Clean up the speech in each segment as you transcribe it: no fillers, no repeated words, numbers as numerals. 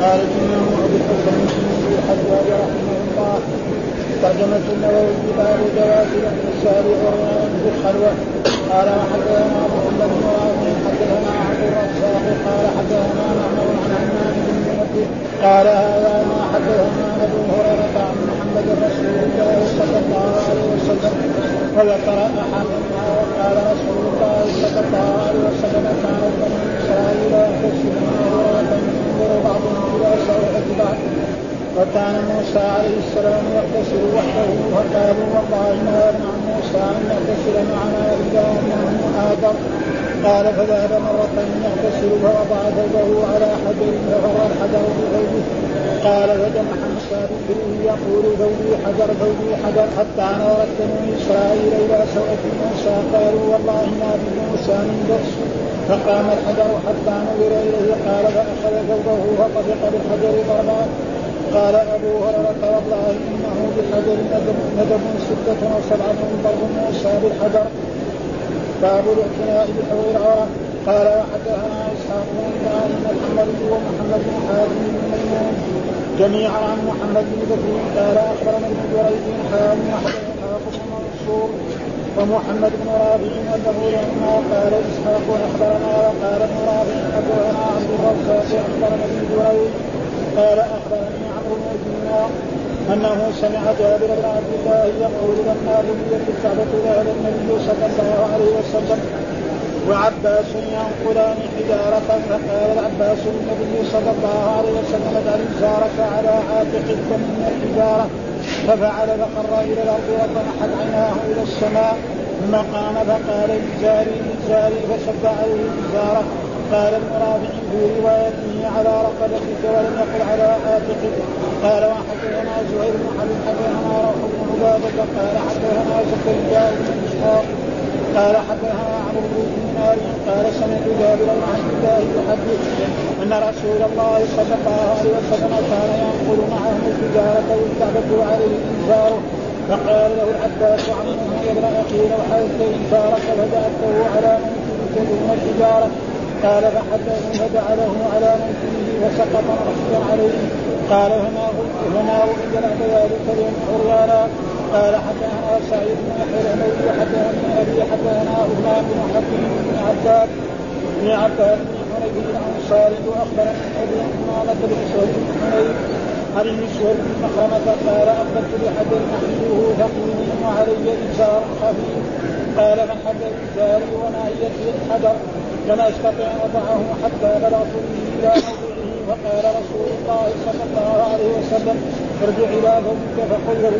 قال الإمام أبو الحسن بن الحجاج رحمه الله ترجمة النووي باب جواز لحم الساري والرهان في الخلوة. قال وحدثنا محمد بن رافع حدثنا عبد الرزاق قال حدثنا معمر عن عمام بن منبه قال هذا ما حدثنا أبو هريرة عن محمد رسول الله صلى الله عليه وسلم وذكر أحدهما وقال رسول الله صلى الله عليه وسلم كان بني إسرائيل يغتسلون عورة ينظر بعضهم إلى سوءة بعض وكان موسى عليه السلام يغتسل وحده فقالوا والله ما يمنع موسى أن يغتسل معنا إلا أنه آدم. قال فذهب مرة يغتسل فوضع ثوبه على حجر ففر الحجر بثوبه. قال فجمع موسى بكره يقول ثوبي حجر ثوبي حجر حتى نظرت بنو إسرائيل إلى سوءة موسى قالوا والله ما بموسى من بأس. فقام الحجر حتى نظر إليه قال فأخذ ثوبه فطفق بالحجر ضربا. قال أبو هريرة والله إنه بالحجر ندب 6 أو 7 ضرب موسى بالحجر. باب الاعتناء بحول العورة. قال وحدثنا إسحاق بن إبراهيم الحنظلي ومحمد بن حاتم بن ميمون جميعا عن محمد بن بكر قال أخبرنا ابن جريج حال وحدثنا بن منصور ومحمد بن رافع أنه لما قال إسحاق أخبرنا وقال ابن رافع حدثنا عبد الرزاق أخبرنا ابن جريج قال أخبرني عمرو بن دينار أنه سمع جابر بن عبد الله يقول لما بنيت الكعبة ذهب النبي صلى الله عليه وسلم وعباس ينقلان حجارة فقال العباس للنبي صلى الله عليه وسلم اجعل إزارك على عاتقك من الحجارة ففعل فخر إلى الأرض وطمحت عيناه إلى السماء ثم قام فقال إزاري إزاري فشد عليه إزارة. قال المرافع في روايته على رقبتك ولم يقل على عاتقك. قال وحدثنا زهير بن حرب حدثنا روح بن عبادة قال حدثنا زكريا بن إسحاق قال حدثنا عمرو بن دينار قال سمعت جابر بن عبد الله يحدث أن رسول الله صلى الله عليه وسلم كان ينقل معه الحجارة والكعبة عليه إزاره. فقال له العباس عمه يا ابن أخي لو حدثت إزارك فجعلته على منكبك دون الحجارة. قال فحدثه فجعله على منكبه وسقط رأسا عليه. قال فما وجد بعد ذلك لينحر. قال حدثنا سعيد بن يحيى الأموي حدثنا أبي حدثنا عثمان بن حكيم بن عباد بن حنيف الأنصاري وأخبرني أبي عمامة بن سهيل بن حنيف عن ابن سهيل بن مخرمة قال أقبلت بحجر أحمله ثقيل وعلي إزار خفيف. قال من حجر إزاري ونعيتي الحجر فلا أستطيع أن أضعه حتى بلغت به إلى موضعه. فقال رسول الله صلى الله عليه وسلم ارجع إلى ذنبك فخذه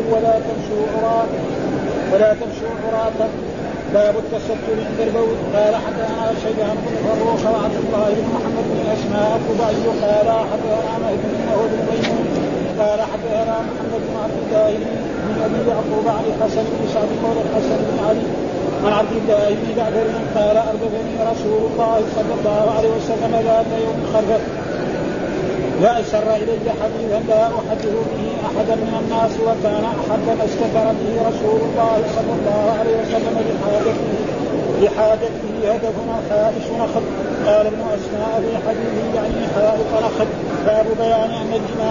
ولا تمشوا عراة. باب التستر عند البول. قال حدثنا شيبان بن فروخ وعبد الله بن محمد بن أسماء الضبعي قال حدثنا مهد بن مهد بن ميمون قال حدثنا محمد بن عبد الله بن أبي يعقوب عن الحسن بن سعد مولى الحسن بن علي عن عبد الله بن جعفر قال أردفني رسول الله صلى الله عليه وسلم ذات يوم خلفه وأسر إلي حديثا لا أحدث به أحدا من الناس وكان أحب ما استتر به رسول الله صلى الله عليه وسلم لحاجته هدفنا حائش نخل. قال ابن أسماء في حديثه يعني حائط نخل. باب بيان أن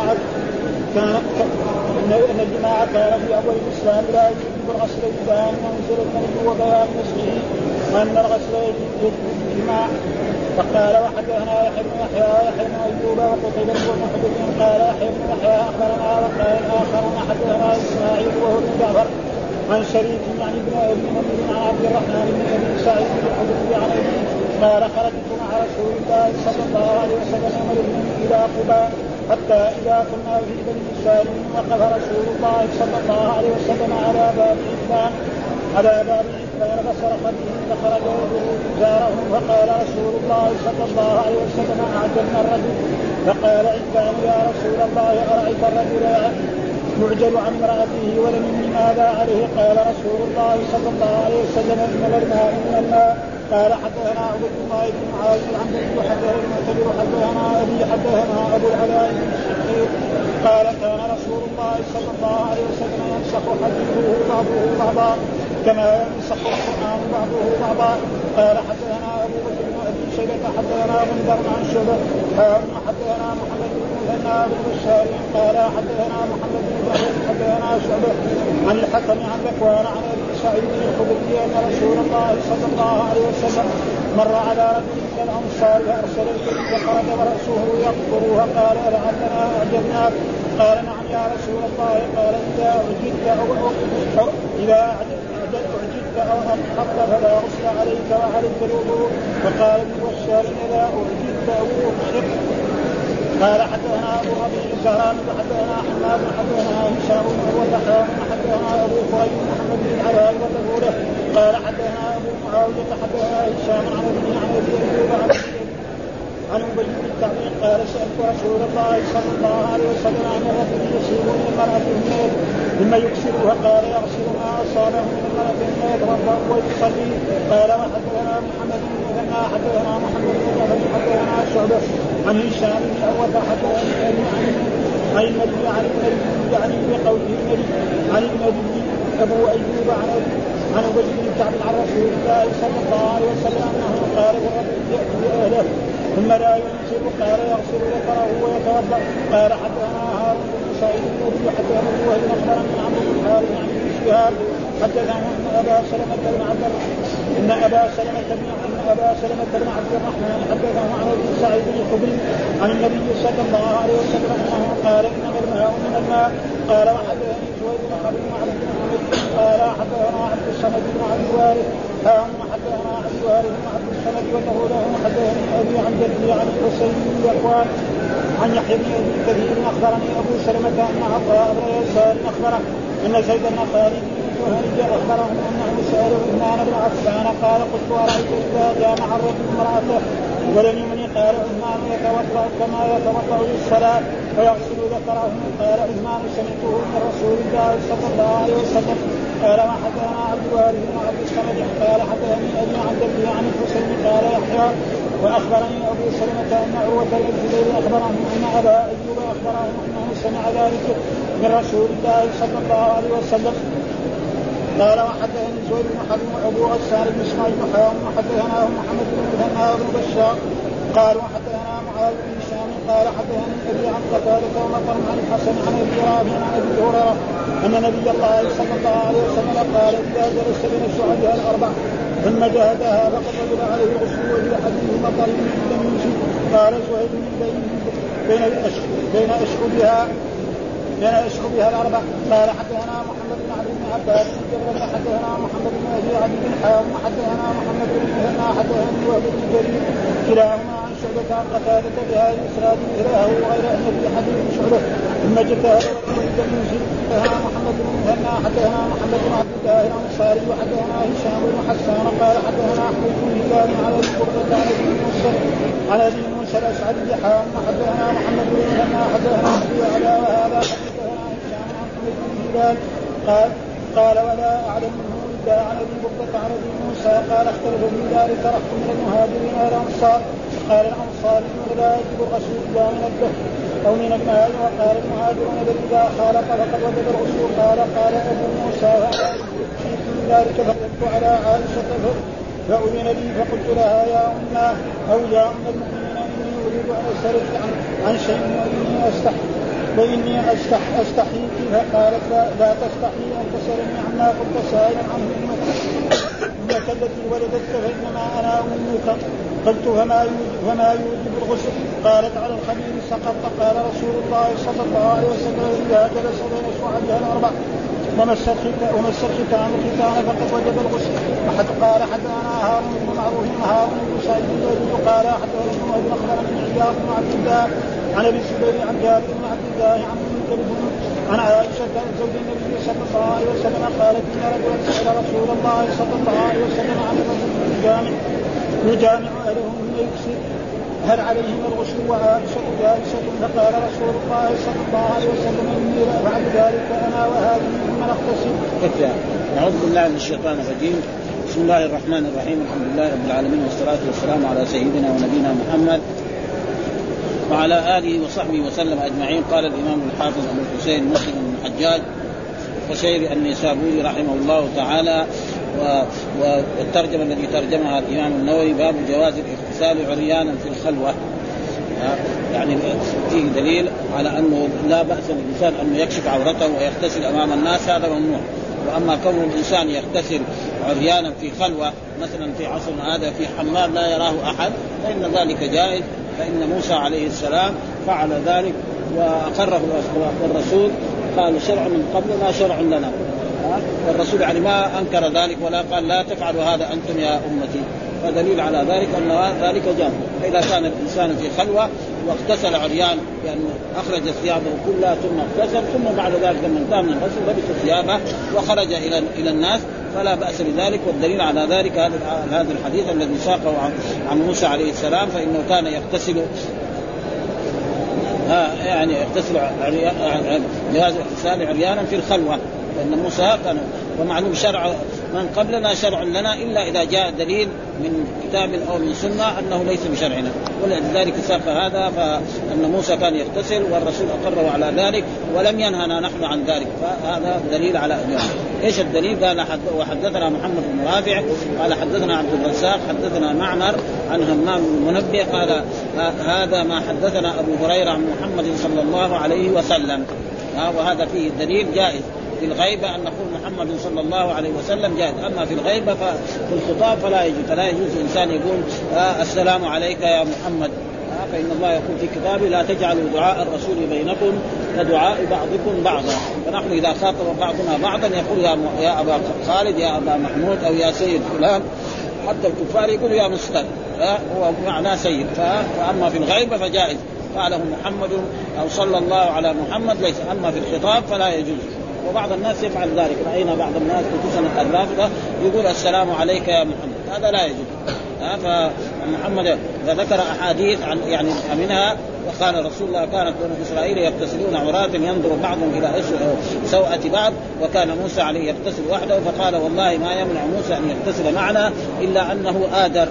الجماع كان في أول الإسلام لا يجب الغسل إذا أنزل الملك وبيان نسخه وأن الغسل يجب الجماع. فقال وحدثنا يحيى بن أيوب وقتيبة بن محمد قال يحيى بن يحيى أخبرنا وقال آخرون حدثنا إسماعيل وهو بن جعفر عن شريك يعني ابن أبي نمر عن عبد الرحمن بن أبي سعيد بن الحدث عن أبي قال خرجت مع رسول الله صلى الله عليه وسلم ونحن إلى قباء حتى إذا كنا في بني سالم وقف رسول الله صلى الله عليه وسلم على باب عثمان فصرخ به فخرج يده إزاره. فقال رسول الله صلى الله عليه وسلم أعجلنا الرجل. فقال عثمان يا رسول الله أرأيت الرجل يعجل عن امرأته ولم يمن ماذا عليه؟ قال رسول الله صلى الله عليه وسلم إن الماء من الماء. قال حدثنا عبد الله بن معاذ عن ابي حدثنا المعتبر حدثنا ابي حدثنا ابو العلاء بن الشقيق قال كان رسول الله صلى الله عليه وسلم يمسح حديثه بعضه بعضا كما يمسح القرآن بعضه بعضا. قال حدثنا ابو بكر بن ابي شيبه حدثنا غندر عن شعبه حدثنا محمد بن مثنى حدثنا ابو بشار قال حدثنا محمد بن بشار حدثنا شعبة عن الحكم عن ذكوان عن ابي سعيد الخدري ان رسول الله صلى الله عليه وسلم مر على رجل من الانصار فارسل اليه فخرج وراسه يقطر وقال لعلنا اعجبناك قال نعم يا رسول الله قال اذا اعجبت او انحط فلا غسل عليك وعليك الوضوء فقال ابن بشار اذا اعجبت او اخشق قال حدثنا ابو ربيع الزهراني حدثنا حماد حدثنا هشام وزحام حدثنا ابو كريم محمد بن علاء وتقوله قال حدثنا ابو معاويه حدثنا هشام عن ابي ايوب عن ابي بن كعب قال سالت رسول الله صلى الله عليه وسلم عن الرجل يصيب من المراه ثم يكسرها قال يغسل ما اصابه من المراه ثم يتوضا ويصلي قال وحدثنا محمد بن مثنى حدثنا محمد بن جعفر حدثنا شعبة عن هشام بن عروة حدثنا عن النبي عن بقوله النبي عن النبي ابو ايوب عن ابي بن كعب عن رسول الله صلى الله عليه وسلم انه قال الرجل ياتي اهله ثم لا ينزل قال يغسل ذكره ويتوضا قال حدثنا هارون بن سعيد الذي حدثنا وهي اخبرني عن ابي الحارث عن ابي شهاب حدثنا ان ابا سلمة بن عبد الرحمن حدثه عن ابي سعيد الخدري عن النبي صلى الله عليه وسلم انه قال انما الماء من الماء قال وحدثني سويد بن حرب وعبد بن حميد قال حدثنا عبد الصمد بن عبد الوارث حدثنا عبد الوارث بن عبد الصمد وله حدثني ابي عن جدي عن الحسين بن يقوان عن يحيى بن ابي كثير اخبرني ابو سلمة ان عطاء بن يسار اخبره ان زيد بن خالد أخبرهم أنه سأل عثمان بن عفان قال قلت أرأيت إذا جامع الرجل امرأته ولم يمني قال عثمان يتوضأ كما يتوضأ للصلاة ويغسل ذكره قال عثمان سمعته من رسول الله صلى الله عليه وسلم قال وحدثنا عبد الوارث بن عبد الصمد قال حدثني أبي عن جده عن الحسين قال يحيى وأخبرني أبو سلمة أن عروة بن الزبير أخبرهم أن أبا أيوب أخبرهم أنه سمع ذلك من رسول الله صلى الله عليه وسلم قال وحدثني زهير بن حرب وابو غسان بن اسماعيل وحدثنا محمد بن مثنى بن بشار قال وحدثنا معاذ بن هشام قال حدثني ابي عن قتادة ومطر عن الحسن عن ابي رافع عن ابي هريرة ان نبي الله صلى الله عليه وسلم قال اذا جلس بين الشعبها الاربع ثم جهدها فقد وجب عليه الغسل وجب حديث مطر لم يجد قال زهير بين اشهرها الاربع قال حدثنا محمد بن عبد بن عباس حدثنا محمد بن ابي عبد بن حام وحدثنا محمد بن مثنى حدثني وهب بن جرير كلاهما عن شعبة عن قتادة بهذا الاسناد مثله غير ان في حديث شعبة ثم جتهد حدثنا محمد بن مثنى حدثنا محمد بن عبد الله الانصاري وحدثنا هشام بن حسان قال حدثنا احمد بن هلال على القرة عن ابي موسى الاشعري حام وحدثنا محمد بن مثنى حدثنا ابي على وهذا قال ولا أعلم منه إلا عن أبي بكر عن أبي موسى قال اختلف في ذلك رحت من المهاجرين إلى الأنصار قال الأنصار لا يجب الغسل إلا من الدهر أو من الماء وقال المهاجرون بل إذا خالط فقد وجب الغسل قال أبو موسى في ذلك فقلت على عائشة فأذن لي فقلت لها يا أمنا أو يا أم المؤمنين إني أريد أن أسألك عن شيء وإني أستحييك فقالت لا تستحي أن تسألني عما كنت سائلا عنه إنك التي ولدتك فإنما أنا أمك قلت فما يوجب الغسل قالت على الخبير سقط قال رسول الله صلى الله عليه وسلم إذا جلس بين شعبها الأربع ومس الختان فقد وجب الغسل وحد قال حدثنا هارون بن معروف هارون بن سعيد الذي قال حدثنا ابن وهب أخبرني عياض بن عبد الله عن ابي الزبير عن جابر بن عبد الله عن عن عائشة زوج النبي صلى الله عليه وسلم قالت إن رجلا سأل رسول الله صلى الله عليه وسلم عن الرجل يجامع أهله من يكسر هل عليهم الغسل وعائشة جالسة فقال رسول الله صلى الله عليه وسلم إني لأفعل ذلك أنا وهذه ممن أغتسل. نعوذ بالله من الشيطان الرجيم. بسم الله الرحمن الرحيم. الحمد لله رب العالمين والصلاة والسلام على سيدنا ونبينا محمد وعلى آله وصحبه وسلم أجمعين. قال الإمام الحافظ أبو الحسين مسلم بن الحجاج القشيري النيسابوري رحمه الله تعالى والترجمة التي ترجمها الإمام النووي باب جواز الاغتسال عريانا في الخلوة. يعني فيه دليل على أنه لا بأس للإنسان أنه يكشف عورته ويغتسل أمام الناس، هذا ممنوع. وأما كون الإنسان يغتسل عريانا في خلوة مثلا في عصرنا هذا في حمام لا يراه أحد فإن ذلك جائز، فإن موسى عليه السلام فعل ذلك وأقره والرسول قال شرع من قبل ما شرع لنا، والرسول يعني ما أنكر ذلك ولا قال لا تفعلوا هذا أنتم يا أمتي، فدليل على ذلك أن ذلك جائز. فإذا كان الإنسان في خلوة واغتسل عريان يعني أخرج ثيابه كلها ثم اغتسل ثم بعد ذلك لما انتهى من الغسل لبس ثيابه وخرج إلى الناس فلا بأس بذلك. والدليل على ذلك هذا الحديث الذي ساقه عن موسى عليه السلام، فإنه كان يغتسل يعني يغتسل بهذا الاغتسال عريانا في الخلوة، فإن موسى كان ومعلوم شرع من قبلنا شرع لنا إلا إذا جاء دليل من كتاب أو من سنة أنه ليس بشرعنا، ولذلك ساق هذا فأن موسى كان يغتسل والرسول أقره على ذلك ولم ينهنا نحن عن ذلك، فهذا دليل على أجوان. إيش الدليل؟ قال وحدثنا محمد بن رافع قال حدثنا عبد الرزاق حدثنا معمر عن همام بن منبه قال هذا ما حدثنا أبو هريرة عن محمد صلى الله عليه وسلم، وهذا فيه دليل جائز في الغيبة أن نقول محمد صلى الله عليه وسلم جائز، أما في الغيبة ففي الخطاب فلا يجوز الإنسان يقول السلام عليك يا محمد، فإن الله يقول في كتابه لا تجعلوا دعاء الرسول بينكم كدعاء بعضكم بعضا، فنحن إذا خاطب بعضنا بعضا يقول يا أبا خالد يا أبا محمود أو يا سيد فلان، حتى الكفار يقولوا يا مستر هو معناه سيد. فأما في الغيبة فجائز قاله محمد أو صلى الله على محمد ليس، أما في الخطاب فلا يجوز. وبعض الناس يفعل ذلك، رأينا بعض الناس خصوصا الرافضة يقول السلام عليك يا محمد، هذا لا يجوز. فمحمد ذكر أحاديث عن يعني منها وقال رسول الله كانت بنو إسرائيل يغتسلون عراة ينظر بعضهم إلى سوءة بعض، وكان موسى عليه يغتسل وحده، فقال والله ما يمنع موسى أن يغتسل معنا إلا أنه آدر.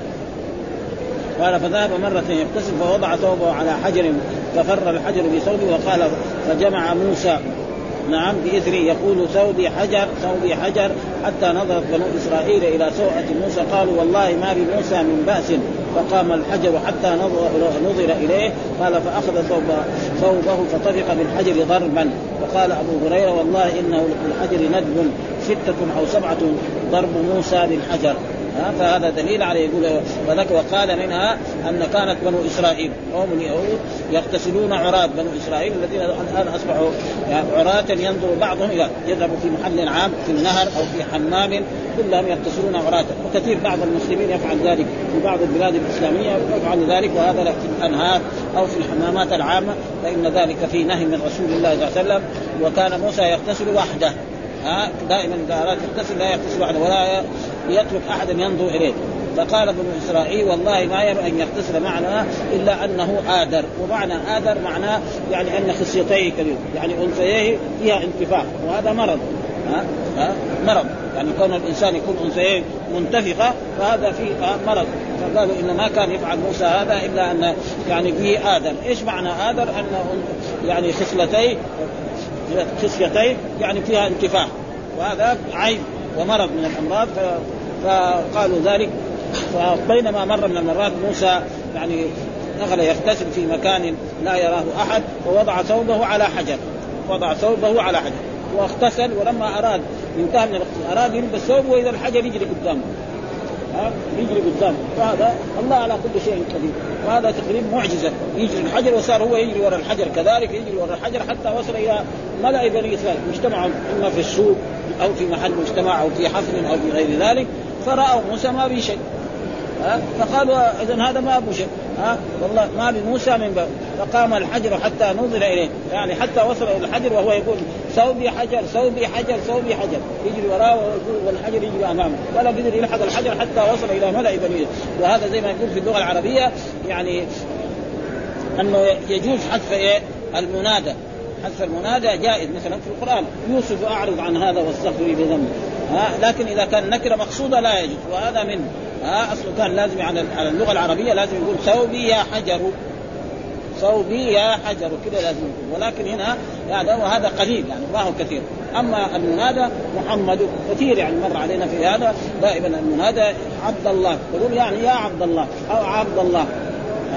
قال فذهب مرة يغتسل فوضع ثوبه على حجر ففر الحجر بثوبه وقال فجمع موسى نعم بإثري يقول ثوبي حجر ثوبي حجر حتى نظرت بنو إسرائيل إلى سوءة موسى قالوا والله ما بموسى من بأس، فقام الحجر حتى نظر إليه قال فأخذ ثوبه فطفق بالحجر ضربا، وقال أبو هريرة والله إنه للحجر ندب 6 أو 7 ضرب موسى بالحجر. فهذا دليل عليه. يقول وذلك وقال منها أن كانت بنو إسرائيل قوم اليهود يغتسلون عراة، بنو إسرائيل الذين الآن أصبحوا عراة ينظر بعضهم إلى يذهب في محل عام في النهر أو في حمام كلهم يغتسلون عراة، وكثير بعض المسلمين يفعل ذلك في بعض البلاد الإسلامية يفعل ذلك، وهذا في الأنهار أو في الحمامات العامة، فإن ذلك في نهي من رسول الله صلى الله عليه وسلم. وكان موسى يغتسل وحده، دائما إذا أراد يغتسل لا يغتسل وحده ولا يترك أحدا ينظر إليه. فقال بنو إسرائيل والله ما ينبغي أن يغتسل معنا إلا أنه آدر، ومعنى آدر معناه يعني أن خصيتيه كبير، يعني أنثيه فيها انتفاخ، وهذا مرض مرض، يعني كون الإنسان يكون أنثيه منتفخة فهذا فيه مرض. فقالوا إن ما كان يفعل موسى هذا إلا أن يعني فيه آدر. إيش معنى آدر؟ أنه يعني خصلتين يعني فيها انتفاخ، وهذا عيب ومرض من الأمراض. فقالوا ذلك. فبينما مر من المرات موسى يعني دخل يغتسل في مكان لا يراه أحد ووضع ثوبه على حجر، واغتسل، ولما أراد ينتهي من الاغتسال أراد يلبس ثوبه وإذا الحجر يجري قدامه فهذا الله على كل شيء قدير، وهذا تقريبا معجزة. يجري الحجر وصار هو يجري وراء الحجر، كذلك يجري وراء الحجر حتى وصل إلى ملأ بني إسرائيل مجتمعوا إما في السوق أو في محل مجتمع أو في حفل أو في غير ذلك، فرأوا موسى ما بي شيء، فقالوا إذن هذا ما أبو شيء، والله ما بموسى من باب. فقام الحجر حتى نظر إليه، يعني حتى وصل إلى الحجر وهو يقول ثوبي حجر ثوبي حجر ثوبي حجر، يجري وراه والحجر يجري أمامه، ولا قدر يلحق الحجر حتى وصل إلى ملأ بني. وهذا زي ما يقول في اللغة العربية يعني أنه يجوز حذف المنادى، حذف المنادى جائز، مثلا في القرآن يوسف أعرض عن هذا واستغفري بذنب، لكن إذا كان نكرة مقصودة لا يجوز، وهذا منه. أصله كان لازم على اللغة العربية لازم يقول ثوبي يا حجر، ثوبي يا حجر كده لازم يقول، ولكن هنا يعني وهذا قليل يعني ما هو كثير. أما المنادى محمد كثير يعني مر علينا في هذا، دائما المنادى عبد الله، يقول يعني يا عبد الله أو عبد الله،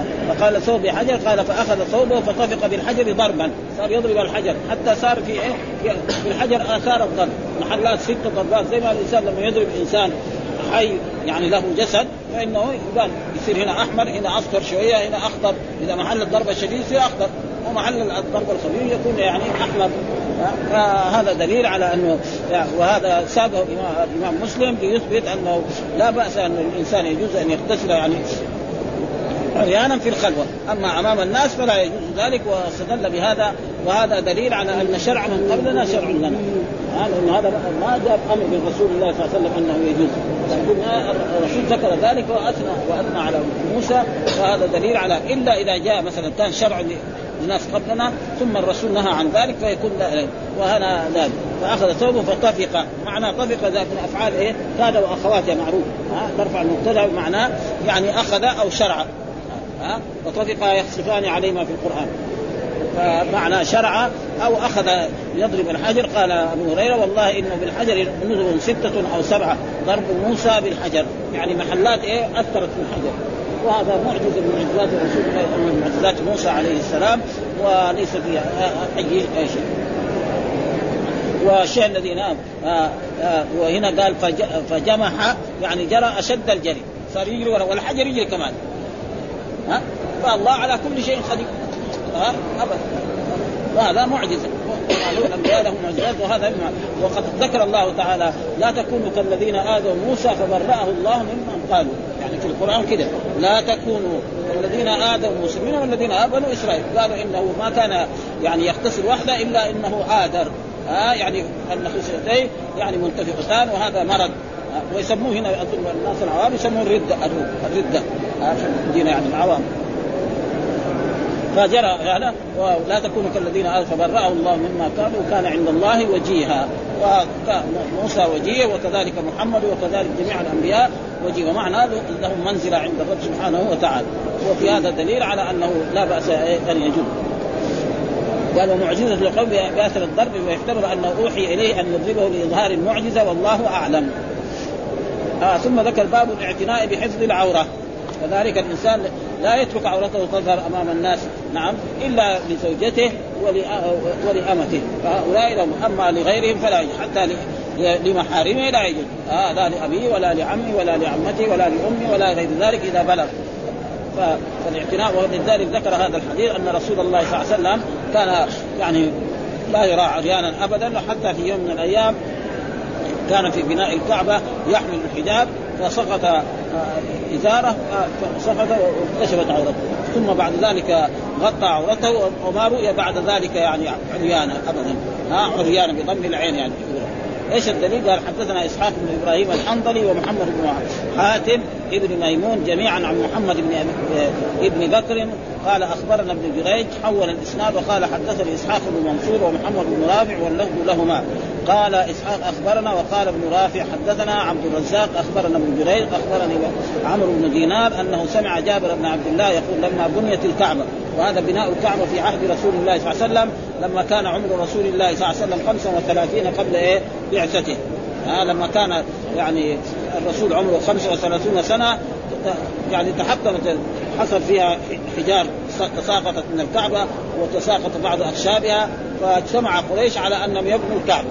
فقال ثوب بحجر، قال فأخذ ثوبه فطفق بالحجر ضربا، صار يضرب الحجر حتى صار في الحجر آثار الضرب، محلات 6 ضربات، زي ما الإنسان لما يضرب إنسان حي يعني له جسد فإنه يبان يصير هنا أحمر، هنا أصفر شوية، هنا أخضر، إذا محل الضربة الشديد يصير أخضر، ومحل الضربة الخفيف يكون يعني أحمر. هذا دليل على أنه وهذا سابه الإمام مسلم ليثبت أنه لا بأس أن الإنسان يجوز أن يغتسل يعني عريانا في الخلوة، أما أمام الناس فلا يجوز ذلك. واستدل بهذا، وهذا دليل على أن شرع من قبلنا شرع لنا، لأن هذا ما جاء أمر من رسول الله صلى الله عليه وسلم أنه يجوز، لكن الرسول ذكر ذلك وأثنى على موسى، فهذا دليل على إلا إذا جاء مثلا كان شرع للناس قبلنا ثم الرسول نهى عن ذلك فيكون ذلك. وهنا ذلك فأخذ ثوبه فطفق، معنى طفق ذات من أفعال كاد وأخواتها معروف، ترفع المبتدأ معناه يعني أخذ أو شرع، وطفق يخصفان عليهما في القرآن، فمعنى شرع أو أخذ يضرب الحجر. قال أبو هريرة والله إنه بالحجر نذر 6 أو 7 ضرب موسى بالحجر، يعني محلات أثرت في الحجر، وهذا معجزة من معجزات الرسول من معجزات موسى عليه السلام، وليس فيها أي شيء. والشيء الذي وهنا قال فجمح يعني جرى أشد الجري، صار يجري والحجر يجري كمان، فالله على كل شيء قدير أبدا، وهذا معجزة، الأنبياء لهم معجزات. وهذا وقد ذكر الله تعالى لا تكونوا كالذين آذوا موسى فبرأه الله ممن قالوا، يعني في القرآن كده لا تكونوا كالذين آذوا موسى منهم الذين آذوا إسرائيل، قالوا إنه ما كان يعني يغتسل وحده إلا إنه آذر، يعني أن خصيتين يعني منتفقتان، وهذا مرض ويسموه هنا الناس العوام يسموه الردة في الدين يعني العوام. فجرى هذا ولا تكونوا كالذين آذوا فبرأه الله مما كانوا وكان عند الله وجيها، وموسى وجيه وكذلك محمد وكذلك جميع الأنبياء وجيه، ومعنى لهم منزلة عند الرب سبحانه وتعالى. وفي هذا دليل على أنه لا بأس أن يجوز. قال معجزة لقوم بأثر الضرب، ويحتمل أنه أوحي إليه أن يضربه لإظهار المعجزة والله أعلم. ثم ذكر باب الاعتناء بحفظ العورة، كذلك الإنسان لا يترك عورته تظهر أمام الناس، نعم، إلا لزوجته ولأمته، فهؤلاء لهم، أما لغيرهم فلا يجوز، حتى لمحارمه لا يجوز، لا لأبيه ولا لعمه ولا لعمته ولا لأمه ولا غير ذلك إذا بلغ. فالاعتناء، ولذلك ذكر هذا الحديث أن رسول الله صلى الله عليه وسلم كان يعني لا يرى عريانا أبدا، حتى في يوم من الأيام كان في بناء الكعبة يحمل الحجاب فسقط إزاره فسقط واكتشفت عورته، ثم بعد ذلك غطى عورته وما رؤي بعد ذلك يعني عريانا أبدا، عريانا بضم العين يعني. ايش الدليل؟ قال حدثنا اسحاق بن ابراهيم الحنظلي ومحمد بن حاتم ابن ميمون جميعا عن محمد ابن بكر قال اخبرنا ابن جريج حول الاسناد وقال حدثني اسحاق بن منصور ومحمد بن رافع واللفظ لهما. قال اسحاق اخبرنا وقال ابن رافع حدثنا عبد الرزاق اخبرنا ابن جريج اخبرني عمرو بن دينار انه سمع جابر بن عبد الله يقول لما بنيت الكعبه، وهذا بناء الكعبه في عهد رسول الله صلى الله عليه وسلم لما كان عمر رسول الله صلى الله عليه وسلم 35 قبل بعثته، لما كان يعني الرسول عمره 35 سنة يعني تحطمت، حصل فيها حجار تساقطت من الكعبة وتساقط بعض أخشابها، فاجتمع قريش على أنهم يبنوا الكعبة.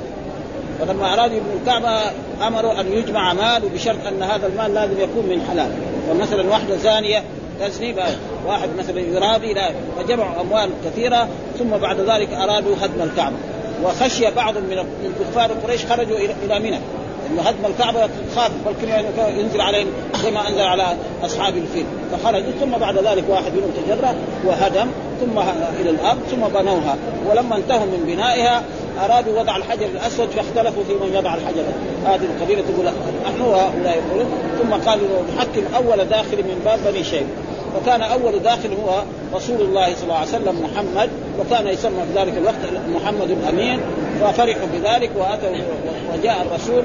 فلما أرادوا يبنوا الكعبة أمروا أن يجمع مال، وبشرط أن هذا المال لازم يكون من حلال، ومثلا واحدة زانية تزني، واحد مثلا يرابي، لا، فجمعوا أموال كثيرة، ثم بعد ذلك أرادوا هدم الكعبة. وخشي بعض من كفار قريش خرجوا إلى منى إنه هدم الكعبة خاف بلكن ينزل عليهم زي ما أنزل على أصحاب الفيل، فخرجوا. ثم بعد ذلك واحد منهم تجرأ وهدم ثم إلى الأرض ثم بنوها، ولما انتهوا من بنائها أرادوا وضع الحجر الأسود فاختلفوا في من يضع الحجر. هذه القبيلة تقول نحن وهؤلاء يقولون، ثم قالوا نحكم أول داخل من باب بني شيبة، فكان أول داخل هو رسول الله صلى الله عليه وسلم محمد، وكان يسمى في ذلك الوقت محمد الأمين، ففرحوا بذلك وأتوا وجاء الرسول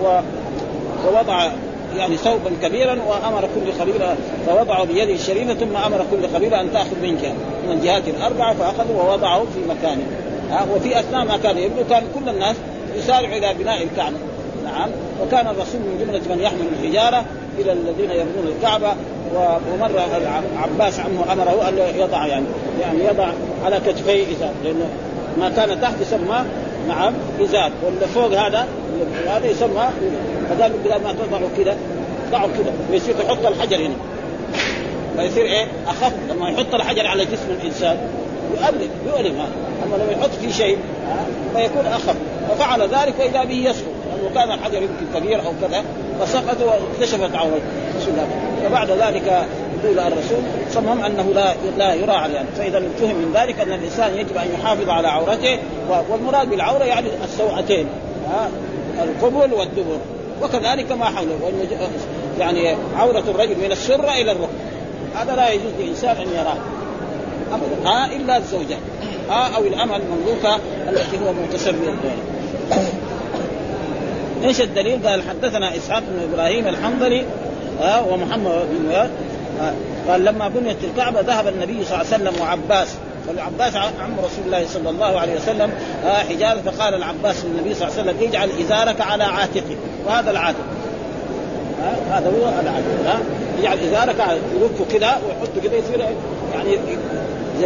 ووضع يعني ثوبا كبيرا وأمر كل قبيلة فوضعوا بيده الشريفة، ثم أمر كل قبيلة أن تأخذ من الجهات الأربعة، فأخذوا ووضعوا في مكانه. وفي أثناء ما كان يبدو كان كل الناس يسارع إلى بناء الكعبة، نعم، وكان الرسول من جملة من يحمل الحجارة الى الذين يبنون الكعبه. ومر عباس عمه امره ان يضع يعني يضع على كتفيه ازار، لانه ما كان تحت يسمى نعم ازار، واللي فوق هذا يسمى. فقال بدل ما تضعوا كده ضعوا كده، ويصير يحط الحجر هنا فيصير ايه اخف. لما يحط الحجر على جسم الانسان يؤلم هذا، اما لما يحط فيه شيء فيكون اخف. ففعل ذلك واذا به يسقط، لانه كان الحجر يمكن كبير او كذا فسقط واكتشفت عورته. فبعد ذلك يقول الرسول صمم انه لا يراعى يعني. فاذا فهم من ذلك ان الانسان يجب ان يحافظ على عورته، والمراد بالعوره يعني السوعتين القبل والدبر، وكذلك ما حوله. يعني عوره الرجل من السره الى الركبه هذا لا يجوز للانسان ان يراه ابدا الا الزوجه او الامه المملوكه التي هو متسرب بها. ايش الدليل؟ قال حدثنا اسحاق بن ابراهيم الحنظلي ومحمد بن مياد قال لما بنيت الكعبه ذهب النبي صلى الله عليه وسلم وعباس، فالعباس عم رسول الله صلى الله عليه وسلم حجاب، فقال العباس للنبي صلى الله عليه وسلم اجعل ازارك على عاتقك، وهذا العاتق هذا هو العاتق، يجعل ازارك يلفه كده ويحطه كده يصير يعني زي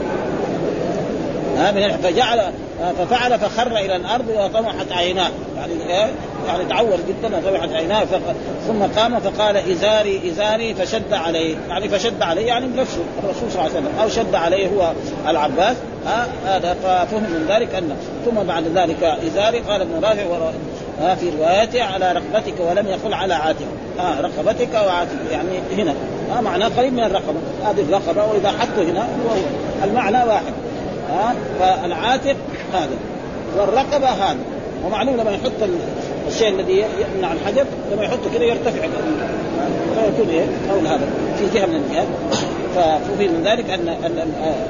هذا ففعل فخر الى الارض وطمحت عيناه، يعني تعور جدا وطمحت عيناه. ثم قام فقال ازاري فشد عليه، يعني فشد عليه يعني بنفسه الرسول صلى الله عليه وسلم، او شد عليه هو العباس. هذا ففهم من ذلك ان ثم بعد ذلك ازاري. قال ابن رافع في روايته على رقبتك ولم يقل على عاتق، رقبتك وعاتق يعني هنا معناه قريب من الرقبه، هذه الرقبه واذا حطه هنا هو المعنى واحد. فالعاتق هذا والرقبة هذا، ومعلوم لما يحط الشيء الذي يمنع الحجر لما يحطه كده يرتفع فيكون ايه قول هذا في جهة من الجهات. ففي من ذلك أن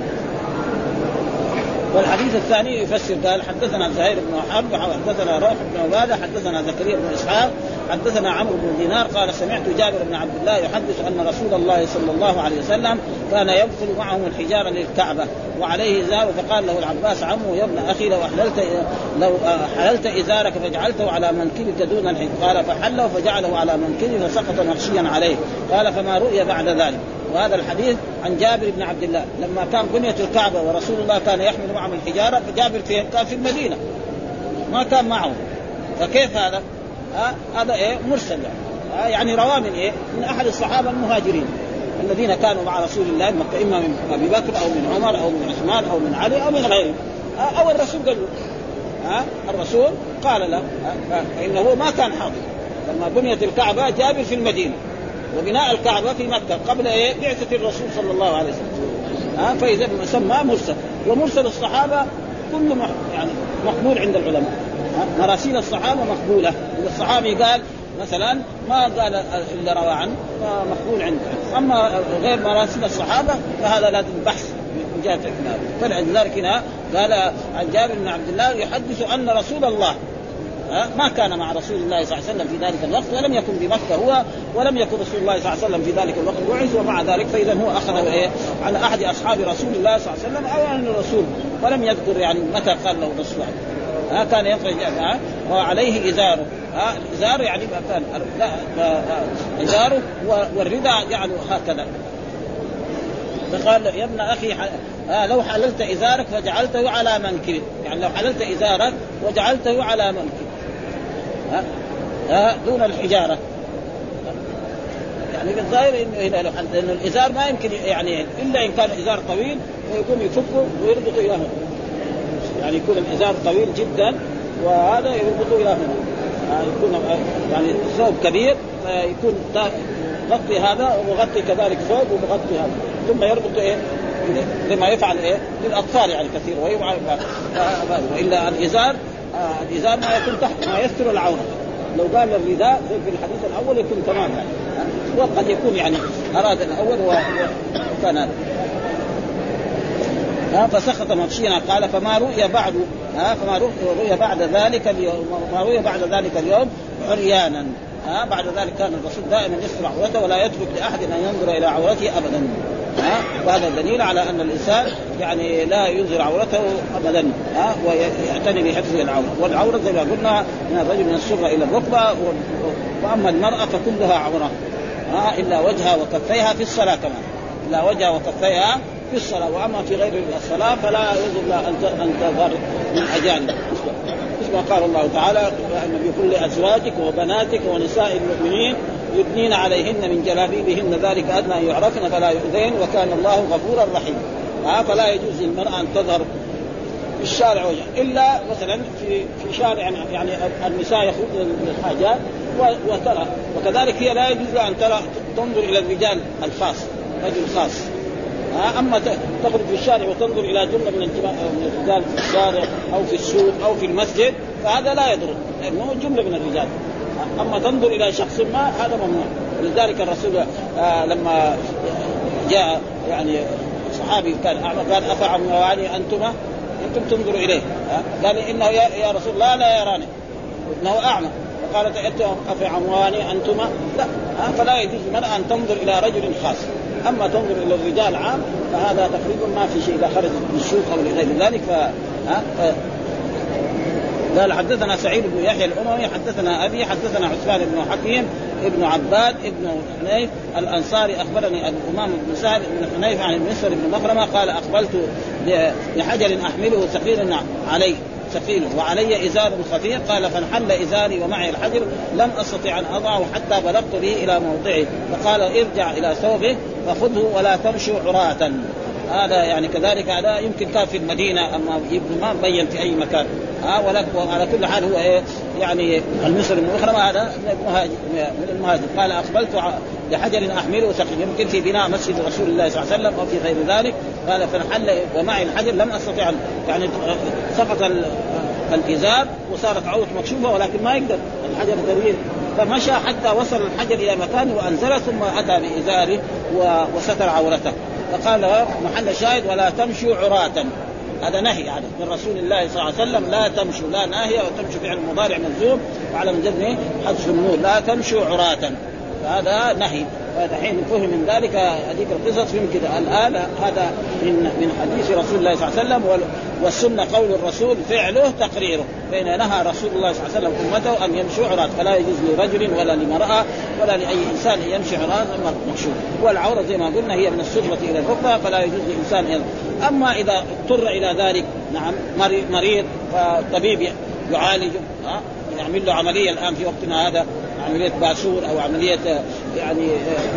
والحديث الثاني يفسر قال حدثنا زهير بن حرب حدثنا روح بن عبادة حدثنا زكريا بن إسحاق حدثنا عمرو بن دينار قال سمعت جابر بن عبد الله يحدث أن رسول الله صلى الله عليه وسلم كان يدخل معهم الحجارة للكعبة وعليه إزار، فقال له العباس عمه يا ابن أخي لو حللت إزارك فجعلته على منكبك دون الحج، قال فحله فجعله على منكبه فسقط مغشيا عليه. قال فما رؤي بعد ذلك. وهذا الحديث عن جابر بن عبد الله لما كان بنية الكعبة ورسول الله كان يحمل معهم الحجارة، فجابر كان في المدينة ما كان معه، فكيف هذا؟ هذا إيه مرسل يعني رواه من إيه من أحد الصحابة المهاجرين الذين كانوا مع رسول الله مكة، إما من أبي بكر أو من عمر أو من عثمان أو من علي أو من غيره، أو الرسول قال له الرسول قال له إنه ما كان حاضر لما بنيت الكعبة، جابر في المدينة وبناء الكعبة في مكة قبل إيه بعثة الرسول صلى الله عليه وسلم. فإذا سماه مرسل، ومرسل الصحابة كله يعني مقبول عند العلماء، مراسيل الصحابة مقبولة. الصحابي قال مثلا ما قال إلا روى عنه مقبول عنده، أما غير مراسيل الصحابة فهذا لازم بحث من جهة الإسناد. فلذلك هنا قال عن جابر بن عبد الله يحدث أن رسول الله ما كان مع رسول الله صلى الله عليه وسلم في ذلك الوقت، ولم يكن بمكة هو، ولم يكن رسول الله صلى الله عليه وسلم في ذلك الوقت بعث، ومع ذلك فإذا هو أخذ عن أحد أصحاب رسول الله صلى الله عليه وسلم أو عن الرسول، ولم يذكر يعني متى قال له رسول الله. كان يخرج وعليه إزاره، الإزار يعني كان إزاره والرداء جعله هكذا. فقال يا ابن أخي لو حللت إزارك فجعلته على منكبك، يعني لو حللت إزارك وجعلته على منكبك دون الحجارة، يعني بالظاهر إنه الإزار ما يمكن يعني إلا إن كان إزار طويل فيكون يفكه ويربطه إلى هنا، يعني يكون الإزار طويل جدا وهذا يربطه إلى هنا، يكون يعني ثوب كبير يكون غطي هذا ومغطي كذلك ثوب ومغطي هذا، ثم يربط إيه لما يفعل إيه للأطفال يعني كثير ويفعل. وإلا الإزار ما يكون تحت ما يستر العورة، لو قال الرداء في الحديث الأول يكون تمام يعني، وقد يكون يعني أراد الأول وكان هذا فسخط مغشيا. قال فما رؤي بعد فما رؤي بعد ذلك اليوم، ما رؤي بعد ذلك اليوم عريانا. بعد ذلك كان الرسول دائما يستر عورته ولا يترك لأحد أن ينظر إلى عورته أبدا. وهذا دليل على أن الإنسان يعني لا يظهر عورته أبدا ويعتني بحفظ العورة. والعورة زي ما قلنا من الرجل من السرة إلى الركبة، وأما المرأة فكلها عورة إلا وجهها وكفيها في الصلاة كمان، إلا وجهها وكفيها في الصلاة. وأما في غير الصلاة فلا يجوز أن تظهر من أجانب، مثل قال الله تعالى أن بكل أزواجك وبناتك ونساء المؤمنين يدنين عليهن من جلابيبهن ذلك أدنى أن يعرفن فلا يؤذين وكان الله غفورا رحيما. فلا يجوز للمرأة أن تظهر في الشارع وجه إلا مثلا في شارع يعني النساء يخرجن للحاجات وترى، وكذلك هي لا يجوز أن تنظر إلى الرجال الخاص، رجل خاص. أما تخرج في الشارع وتنظر إلى جملة من الرجال في الشارع أو في السوق أو في المسجد فهذا لا يضر لأنه جملة من الرجال. أما تنظر إلى شخص ما هذا ممنوع. ولذلك الرسول لما جاء يعني صحابي كان أعمى قال أفعمواني أنتم تنظروا إليه، قال إنه يا رسول الله لا يراني إنه أعمى، فقالت أفعمواني أنتما لا. فلا يجوز المرأة أن تنظر إلى رجل خاص. أما تنظر إلى الرجال عام فهذا تقريبا ما في شيء إذا خرج من السوق أو لغير ذلك. قال حدثنا سعيد بن يحيى الأموي حدثنا أبي حدثنا عثمان بن حكيم ابن عباد ابن حنيف الأنصاري أخبرني أبو أمام بن سهل بن حنيف عن المسور بن مخرمة قال أقبلت بحجر أحمله ثقيل وعلي إزار خفيف قال فانحل إزاري ومعي الحجر لم أستطع أن أضعه حتى بلغت به إلى موضعه فقال ارجع إلى ثوبه فخذه ولا تمشوا عراة. هذا يعني كذلك هذا يمكن كان في المدينة أما ما مبين في أي مكان. وعلى كل حال هو يعني المسور بن مخرمة هذا من المهاجر. قال أقبلت لحجر أحمله ثقيل يمكن في بناء مسجد رسول الله صلى الله عليه وسلم أو في غير ذلك. قال فانحل ومعي الحجر لم أستطيع يعني سقط الإزار وصارت عورة مكشوفة ولكن ما يقدر الحجر ثقيل فمشى حتى وصل الحجر إلى مكانه وأنزله ثم أتى بإزاره وستر عورته. فقال محل شاهد ولا تمشوا عراة. هذا نهي يعني من رسول الله صلى الله عليه وسلم لا تمشوا لا ناهية وتمشوا فعل مضارع منصوب وعلى مجزم حذف النون لا تمشوا عراة. فهذا نهي. فحين فهم من ذلك هذيك القصص يمكن الآن هذا من حديث رسول الله صلى الله عليه وسلم والسنة قول الرسول فعله تقريره. فإن نهى رسول الله صلى الله عليه وسلم أمته أن يمشوا عراة فلا يجوز لرجل ولا لمرأة ولا لأي إنسان يمشي عراة مكشوف. والعورة زي ما قلنا هي من السرة إلى الركبة فلا يجوز لإنسان أما إذا اضطر إلى ذلك نعم مريض فالطبيب يعالج يعمل له عملية الآن في وقتنا هذا عملية باسور أو عملية يعني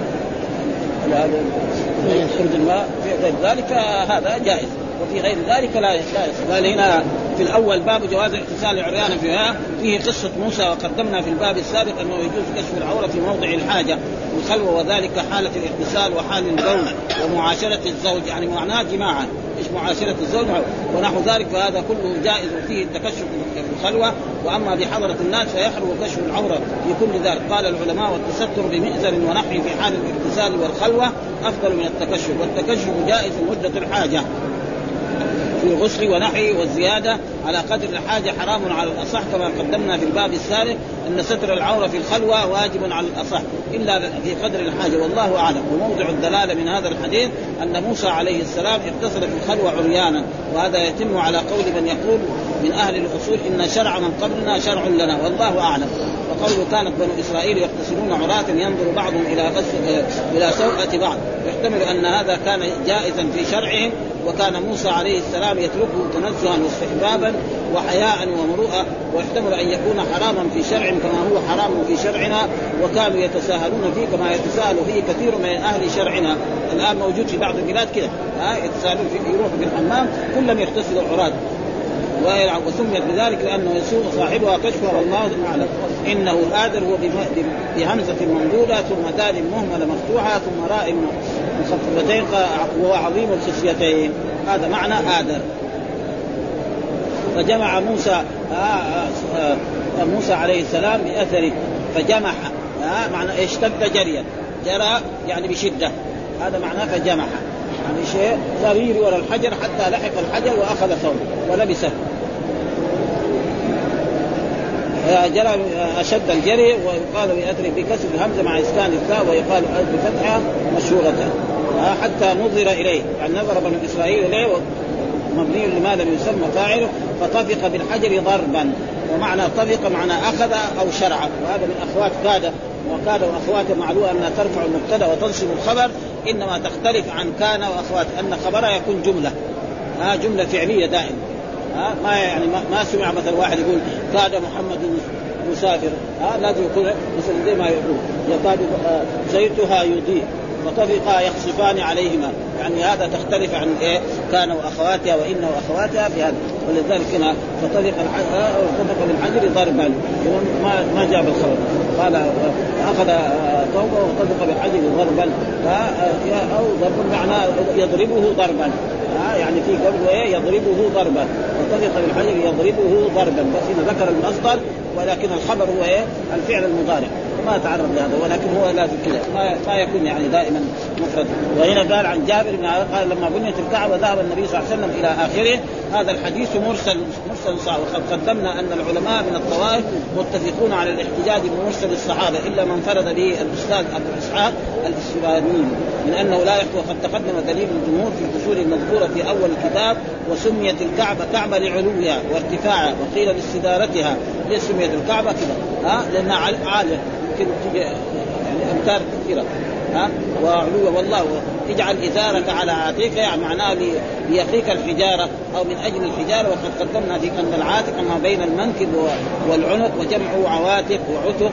خرج الماء في غير ذلك هذا جائز وفي غير ذلك لا يصح. قال هنا في الأول باب جواز اغتسال العريان فيه قصة موسى وقدمنا في الباب السابق أنه يجوز كشف العورة في موضع الحاجة والخلوة وذلك حالة الاغتسال وحال البول ومعاشرة الزوج يعني معناه جماعة إيش معاشرة الزوج ونحو ذلك فهذا كله جائز وفيه التكشف في الخلوة. وأما بحضرة الناس فيحرم كشف العورة في كل ذلك. قال العلماء والتستر بمئزر ونحوه في حال الاغتسال والخلوة أفضل من التكشف. والتكشف جائز مدة الحاجة في الغسل ونحوه والزيادة على قدر الحاجة حرام على الأصح كما قدمنا في الباب السابق أن ستر العورة في الخلوة واجب على الأصح إلا في قدر الحاجة والله أعلم. وموضع الدلالة من هذا الحديث أن موسى عليه السلام اغتسل في الخلوة عريانا وهذا يتم على قول من يقول من أهل الأصول إن شرع من قبلنا شرع لنا والله أعلم. وقوله كانت بنو إسرائيل يغتسلون عراة ينظر بعضهم إلى سوءة بعض يحتمل أن هذا كان جائزا في شرعهم وكان موسى عليه السلام يتركه تنزها واستحبابا وحياء ومروءة ويحتمل أن يكون حراما في شرعهم كما هو حرام في شرعنا وكانوا يتساهلون فيه كما يتساهل فيه كثير من أهل شرعنا. الآن موجود في بعض البلاد كده يتساهلون فيه يروحوا بالحمام كلهم يغتسلوا عراة وسميت بذلك لأنه يسوء صاحبها كشفها والله أعلم. إنه آدر هو بهمزة ممدودة ثم دال مهملة مفتوحة ثم راء مخففتين وهو عظيم الخصيتين هذا معنى آدر. فجمع موسى عليه السلام بأثره فجمح معنى اشتد جريا جرى يعني بشدة هذا معناه فجمح يعني شيء ضرير ولا الحجر حتى لحق الحجر وأخذ ثوبه ولبسه جرى أشد الجري ويقال بأثره بكسر الهمزة مع إسكان الثاء ويقال بفتحها مشهورة حتى نظر إليه، يعني نظر بني إسرائيل إليه مبني لما لم يسمى فاعله، فطفق بالحجر ضربا. ومعنى طفق معنى أخذ أو شرع، وهذا من أخوات كاد، وكاد وأخواته معلوم أنها ترفع المبتدأ وتنصب الخبر، إنما تختلف عن كان وأخوات أن خبرها يكون جملة، جملة فعلية دائما. ما يعني ما سمع مثلا واحد يقول كاد محمد مسافر، لازم يكون مثل زي ما يقول يكاد زيتها يضيء وطفقا يخصفان عليهما، يعني هذا تختلف عن كان وأخواتها وإن وأخواتها في هذا. ولذلك هنا فطفق بالحجر ضربا، ما جاء بالخبر، قال أخذ طوبة وطفق بالحجر ضربا، أو ضرب معناه يضربه ضربا، يعني في قوله يضربه ضربا، وطفق بالحجر يضربه ضربا، بس هنا ذكر المصدر، ولكن الخبر هو الفعل المضارع، ما تعرض لهذا، ولكن هو لازم كذا ما يكون يعني دائما مفرد. وهنا قال عن جابر بن قال لما بنيت الكعبة ذهب النبي صلى الله عليه وسلم إلى آخره. هذا الحديث مرسل صحيح، وقد قدمنا أن العلماء من الطوائف متفقون على الاحتجاج بمرسل الصحابة، إلا من فرد به الأستاذ أبو إسحاق الإسفرايني من أنه لا يحكم. وقد تقدم دليل الجمهور في الفصول المذكورة في أول الكتاب. وسميت الكعبة كعبة لعلوها وارتفاعها، وقيل لاستدارتها. ليه سميت الكعبة كذا؟ لأنها عالية، يمكن تجي يعني أمتار كثيرة، وعلوه. والله اجعل إزارك على عاتقك، يعني معناه ليقيك الحجارة أو من أجل الحجارة. وقد قدمنا ذيك أن العاتق ما بين المنكب والعنق، وجمعه عواتق وعتق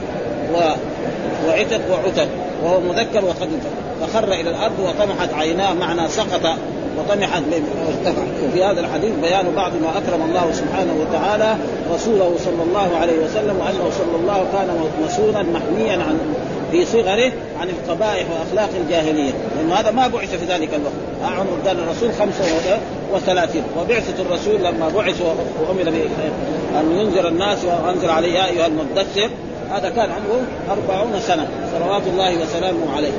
وعتق وعتق، وهو مذكر. وقد فخر إلى الأرض وطمحت عيناه، معنى سقط وطمحت وارتفع. وفي هذا الحديث بيان بعض ما أكرم الله سبحانه وتعالى رسوله صلى الله عليه وسلم، وأنه صلى الله كان مسؤولا محميا عن في صغره عن القبائح وأخلاق الجاهلية، لأن هذا ما بعث في ذلك الوقت. عمر قال الرسول 35، وبعثة الرسول لما بعث وأمر أن ينذر الناس وأنزل عليه يا أيها المدثر، هذا كان عمره 40 سنة صلوات الله وسلامه عليه.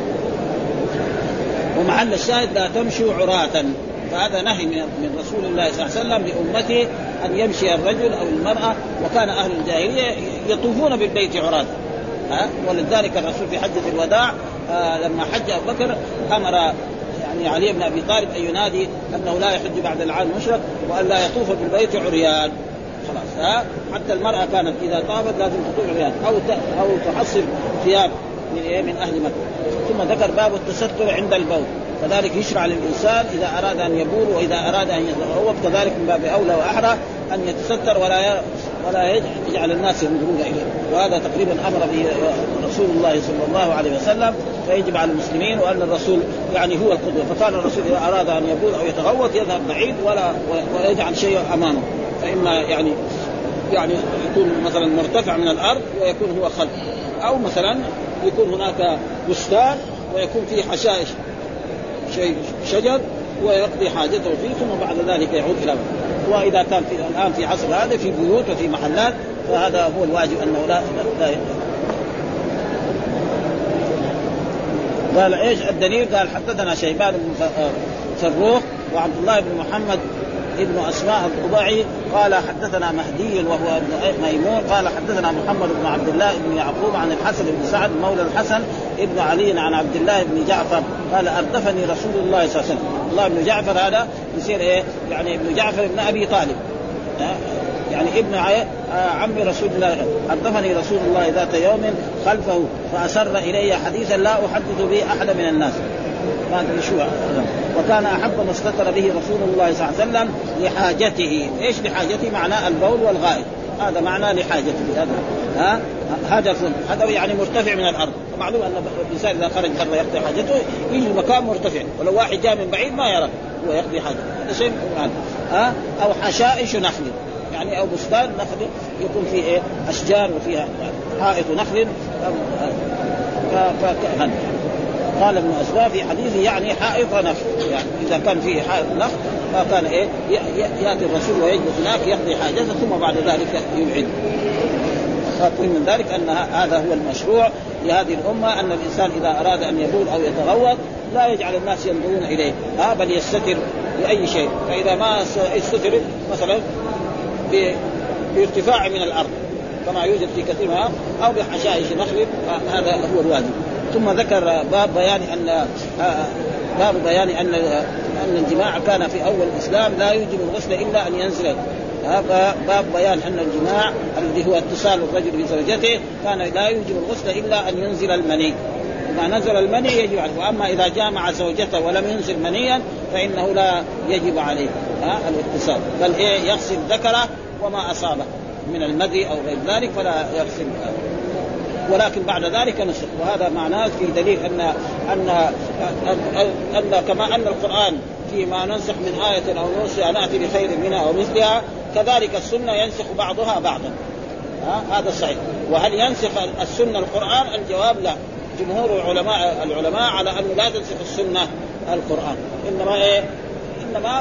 ومحل الشاهد لا تمشوا عراة، فهذا نهي من رسول الله صلى الله عليه وسلم لأمته أن يمشي الرجل أو المرأة. وكان أهل الجاهلية يطوفون بالبيت عراة، ولذلك الرسول في حجة الوداع لما حج أبو بكر أمر يعني علي بن أبي طالب أن ينادي أنه لا يحج بعد العام المشرق، وأن لا يطوف بالبيت عريان. خلاص حتى المرأة كانت إذا طافت لازم تطوف عريان أو تحصل ثياب من أهل مكة. ثم ذكر باب التستر عند البول، فذلك يشرع للإنسان إذا أراد أن يبول وإذا أراد أن يتغوط، كذلك من باب أولى وأحرى أن يتستر ولا يجعل الناس ينظرون إليه. وهذا تقريبا أمر به رسول الله صلى الله عليه وسلم، فيجب على المسلمين، وأن الرسول يعني هو القدوة. فكان الرسول إذا أراد أن يبول أو يتغوط يذهب بعيد ولا يجعل شيء أمامه، فإما يعني يكون مثلا مرتفع من الأرض ويكون هو خلف، أو مثلا يكون هناك بستان ويكون فيه حشائش شيء شجر ويقضي حاجته فيه، ثم بعد ذلك يعود إلى بيته. وإذا كان الآن في عصر هذا في بيوت وفي محلات، فهذا هو الواجب أنه لا قال إيش الدليل؟ قال حدثنا شيبان بن فروخ وعبد الله بن محمد ابن أسماء الضبعي قال حدثنا مهدي وهو ابن ميمون قال حدثنا محمد بن عبد الله بن يعقوب عن الحسن بن سعد مولى الحسن ابن علي عن عبد الله بن جعفر قال أردفني رسول الله صلى الله عليه وسلم. الله بن جعفر هذا يصير يعني ابن جعفر بن أبي طالب، يعني ابن عم رسول الله. أردفني رسول الله ذات يوم خلفه فأسر إلي حديثا لا أحدث به أحد من الناس، ما أدري شو. وكان أحب ما استتر به رسول الله صلى الله عليه وسلم لحاجته. إيش لحاجته؟ معناه البول والغائط، هذا معناه لحاجته. هذا هذا يعني مرتفع من الأرض. معلوم أن الإنسان إذا خرج برا يقضي حاجته يجي المكان مرتفع، ولو واحد جاء من بعيد ما يرى هو يقضي حاجته. هذا شيء أو حشائش نخل، يعني أو بستان نخل يكون فيه أشجار وفيها حائط نخل. قال ابن أسباب في حديثه يعني حائط نخل، يعني إذا كان فيه حائط نخل فكان يأتي الرسول ويجلس هناك يقضي حاجته ثم بعد ذلك يبعد. فقل من ذلك أن هذا هو المشروع لهذه الأمة، أن الإنسان إذا أراد أن يبول أو يتغوط لا يجعل الناس ينظرون إليه، بل يستتر بأي شيء. فإذا ما يستتر مثلا بارتفاع من الأرض كما يوجد في كثير منها أو بحشائش نخل، هذا هو الواجب. ثم ذكر باب بيان أن باب بيان أن الجماع كان في أول الإسلام لا يوجب الغسل إلا أن ينزل. باب بيان أن الجماع الذي هو اتصال الرجل بزوجته كان لا يوجب الغسل إلا أن ينزل المني. إذا نزل المني يجب عليه، وأما إذا جامع زوجته ولم ينزل منيا فإنه لا يجب عليه الاتصال، بل يغسل ذكره وما أصابه من المذي أو غير ذلك فلا يغسل، ولكن بعد ذلك نسخ. وهذا معناه في دليل أن كما أن القرآن فيما ننسخ من آية أو ننسخ نأتي بخير منها أو مثلها، كذلك السنة ينسخ بعضها بعضا. هذا صحيح. وهل ينسخ السنة القرآن؟ الجواب لا. جمهور العلماء على أنه لا تنسخ السنة القرآن، إنما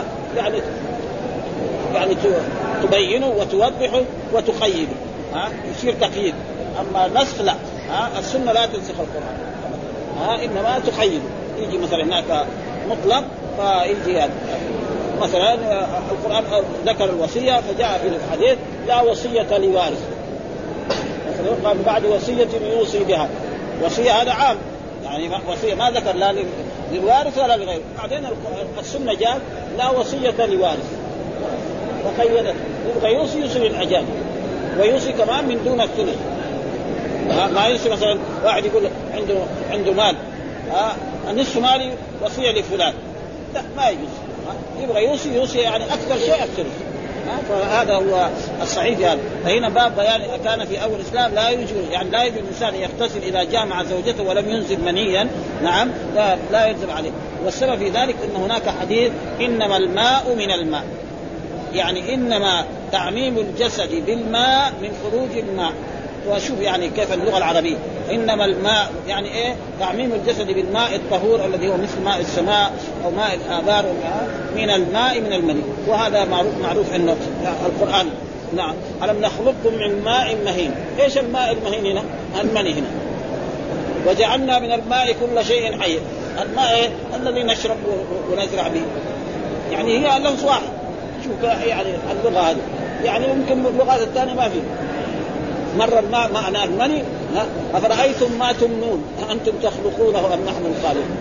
يعني تبينه وتوضحه وتقيده، يصير تقييد. أما نسخ لا، السنة لا تنسخ القرآن، إنما تقيده. يجي مثلا هناك مطلق فيجي مثلا القرآن ذكر الوصية فجاء في الحديث لا وصية لوارث، مثلا قال بعد وصية يوصي بها، وصية هذا عام يعني وصية ما ذكر لا للوارث ولا لغيره. بعدين السنة جاء لا وصية لوارث وقيدت، يبقى يوصي للأجانب ويوصي كمان من دون الثلث. ما يوصي مثلا واحد يقول عنده مال النصف مالي وصية لفلان، لا ما يجوز. يبغى يوصي يعني أكثر شيء الثلث. فهذا هو الصحيح يعني. فهنا باب بيان كان في أول الإسلام لا يجوز، يعني لا يجوز الإنسان يغتسل إذا جامع زوجته ولم ينزل منيا، نعم لا يلزم عليه. والسبب في ذلك أن هناك حديث إنما الماء من الماء، يعني إنما تعميم الجسد بالماء من خروج الماء. وشوف يعني كيف اللغة العربية، إنما الماء يعني تعميم الجسد بالماء الطهور الذي هو مثل ماء السماء أو ماء الآبار من الماء من المني. وهذا معروف أنه القرآن نعم ألم نخلقكم من ماء مهين. إيش الماء المهين هنا؟ المني هنا. وجعلنا من الماء كل شيء حي. الماء الذي نشرب ونزرع به، يعني هي لفظ واحد. شوف يعني اللغة هذه يعني يمكن اللغات الثانية ما فيه. مرة الماء معنى المني، أفرأيتم ما تمنون أنتم تخلقونه أم نحن الخالقون،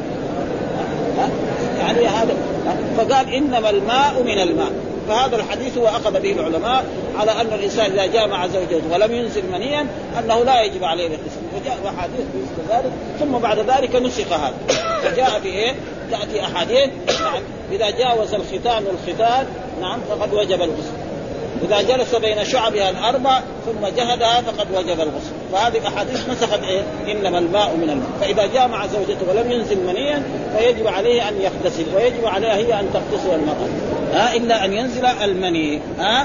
يعني هذا. فقال إنما الماء من الماء. فهذا الحديث هو أخذ به العلماء على أن الإنسان إذا جامع زوجته ولم ينزل منيا أنه لا يجب عليه الاغتسال. وجاء أحاديث في ذلك، ثم بعد ذلك نسخ هذا. فجاء في تأتي أحاديث نعم إذا جاوز الختان والختان نعم فقد وجب الغسل، إذا جلس بين شعبها الأربع ثم جهدها فقد وجب الغسل. فهذه أحاديث نسخت إنما الماء من الماء. فإذا جامع زوجته ولم ينزل منيا فيجب عليه أن يغتسل، ويجب عليها هي أن تغتسل المرأة إلا أن ينزل المني.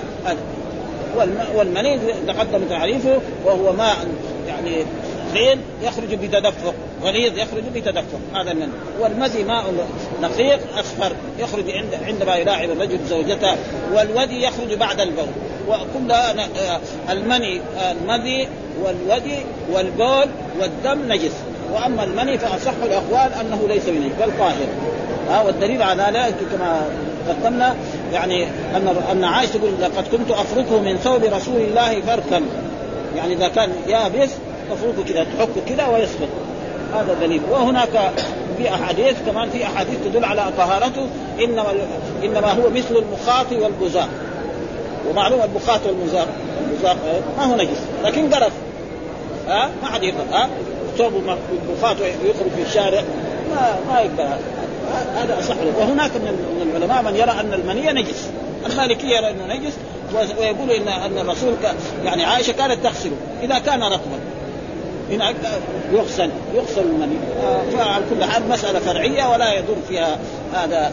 والمني تقدم تعريفه وهو ماء يعني غليظ يخرج بتدفق، غليظ يخرج بتدفق، هذا المني. والمذي ماء نقيق أصفر يخرج عندما يلاعب الرجل زوجته. والودي يخرج بعد البول. وكل المني المذي والودي والبول والدم نجس. وأما المني فأصح الأقوال أنه ليس منه بل طاهر. والدليل على ذلك كما قدمنا يعني أن عائشة تقول لقد كنت أفركه من ثوب رسول الله فركا، يعني إذا كان يابس تفركه كذا تحكه كذا ويسقط. هذا دليل. وهناك في أحاديث كمان، في أحاديث تدل على طهارته. إنما هو مثل المخاط والبزاق. ومعلوم المخاط والبزاق ما هو نجس لكن قرف ما حد يقدر ثوب مخاط يخرج في الشارع ما يقدر. هذا أصح. وهناك من العلماء من يرى أن المنية نجس. المالكية يرى أنه نجس، ويقولوا أن الرسول يعني عائشة كانت تغسله إذا كان رطبا، هنا يغسل المني. فعلى كل حال مسألة فرعية ولا يضر فيها هذا.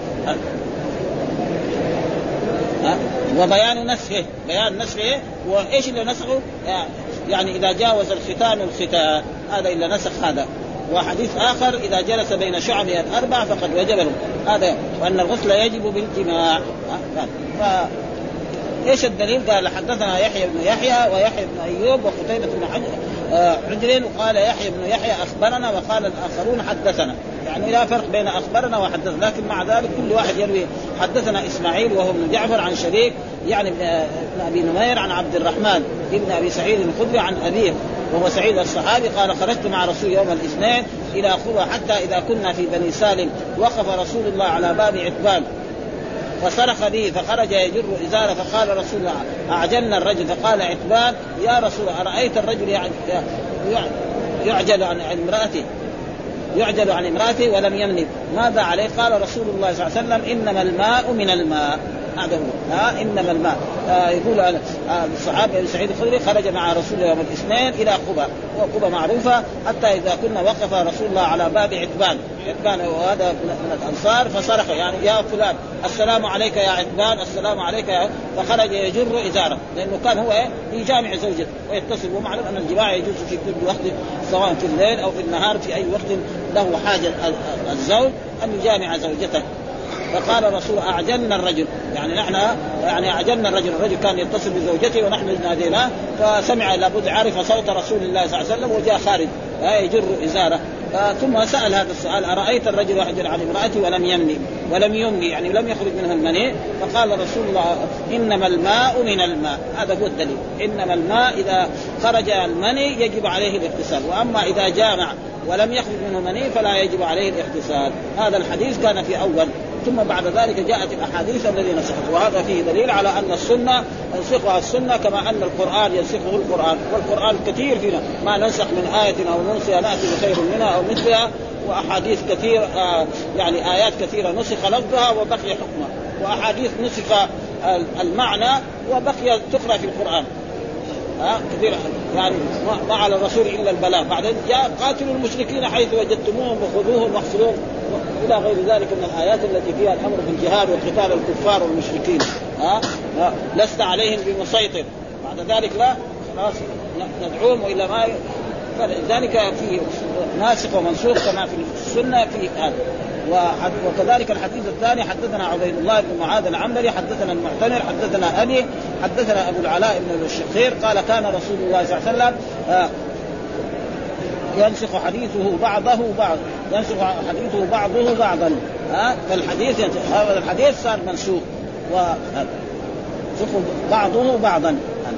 وبيان نسخه، بيان نسخه وإيش اللي نسخه؟ يعني إذا جاوز الختان والختان هذا إلا نسخ هذا. وحديث آخر إذا جلس بين شعبها الأربع فقد وجب له هذا. وأن الغسل يجب بالجماع. إيش الدليل؟ قال حدثنا يحيى بن يحيى ويحيى بن أيوب وقتيبة بن عجل. وقال يحيى بن يحيى أخبرنا وقال الآخرون حدثنا، يعني لا فرق بين أخبرنا وحدثنا. لكن مع ذلك كل واحد يروي حدثنا إسماعيل وهو ابن جعفر عن شريك يعني ابن أبي نمير عن عبد الرحمن ابن أبي سعيد الخدري عن أبيه وهو سعيد الصحابي قال خرجت مع رسول يوم الاثنين إلى خبى حتى إذا كنا في بني سالم وقف رسول الله على باب عتبان فصرخ به فخرج يجر إزاره فقال رسول الله أعجلنا الرجل. فقال عتبان يا رسول الله أرأيت الرجل يعجل عن امرأته ولم يمني ماذا عليه؟ قال رسول الله صلى الله عليه وسلم إنما الماء من الماء. هذا هو إنما الماء. يقول الصحابي سعيد الخدري خرج مع رسول الله يوم الاثنين إلى قبى، وقبى معروفة حتى إذا كنا وقف رسول الله على باب عتبان وهذا من الأنصار فصرخ يعني يا فلان السلام عليك يا عتبان السلام عليك فخرج يجر إزاره لأنه كان هو يجامع زوجته ويتصل. ومعلوم أن الجماع يجوز في كل وقت سواء في الليل أو في النهار في أي وقت له حاجة الزوج أن يجامع زوجته. فقال رسول أعجلنا الرجل يعني نحن يعني أعجلنا الرجل كان يتصل بزوجته ونحن ناديناه فسمع لابد عرف صوت رسول الله صلى الله عليه وسلم وجاء خارج يجر إزاره. ثم سأل هذا السؤال أرأيت الرجل يعجل عن امرأته ولم يمني يعني لم يخرج منه المني. فقال رسول الله إنما الماء من الماء. هذا هو الدليل إنما الماء إذا خرج المني يجب عليه الاغتسال وأما إذا جامع ولم يخرج منه مني فلا يجب عليه الاغتسال. هذا الحديث كان في أول ثم بعد ذلك جاءت الأحاديث الذي نسخت وهذا فيه دليل على أن السنة ينسخها السنة كما أن القرآن ينسخه القرآن. والقرآن كثير فينا ما ننسخ من آية أو ننسها نأتي بخير منها أو مثلها. وأحاديث كثير يعني آيات كثيرة نسخ لفظها وبقي حكمها وأحاديث نسخ المعنى وبقي تقرأ في القرآن كثير يعني ما على الرسول إلا البلاغ. بعدين جاء قاتلوا المشركين حيث وجدتموهم وخذوهم واحصروهم إلى غير ذلك من الآيات التي فيها الأمر بالجهاد وقتال الكفار والمشركين. لست عليهم بمسيطر. بعد ذلك لا خلاص ندعوهم إلى ما فلذلك في ناسخ ومنسوخ كما في السنة في هذا. وكذلك الحديث الثاني حدثنا عبيد الله بن معاذ العنبري حدثنا المعتمر حدثنا أبي حدثنا أبو العلاء بن الشخير قال كان رسول الله صلى الله عليه وسلم ينسخ حديثه بعضه بعضا فالحديث هذا الحديث صار منسوخ وينسخ بعضه بعضا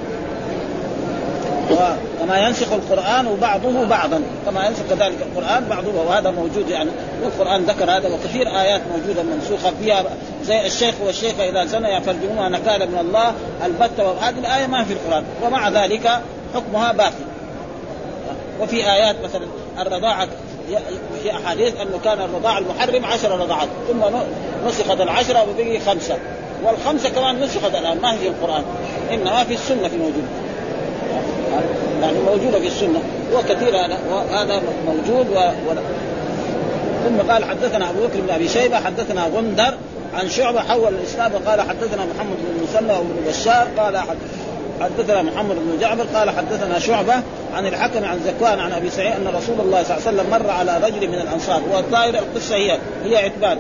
وكما ينسخ القرآن بعضه بعضا كما ينسخ كذلك القرآن بعضه. وهذا موجود يعني والقرآن ذكر هذا وكثير آيات موجودة منسوخة فيها زي الشيخ والشيخة إذا زنيا فارجموها نكالا من الله البتة. وهذه الآية ما في القرآن ومع ذلك حكمها باقي. وفي آيات مثلا الرضاعة في أحاديث أنه كان الرضاع المحرم 10 رضاعات ثم نسخت 10 وبقي 5 والخمسة كمان نسخت الآن ما هي في القرآن إنما في السنة في موجود يعني موجودة في السنة وكثير هذا موجود ثم قال حدثنا أبو بكر بن أبي شيبة حدثنا غندر عن شعبة حول الإسناد وقال حدثنا محمد بن مسلم وابن بشار قال حدثنا محمد بن جعفر قال حدثنا شعبة عن الحكم عن زكوان عن أبي سعيد أن رسول الله صلى الله عليه وسلم مر على رجل من الأنصار والطائر القصة هي عتبان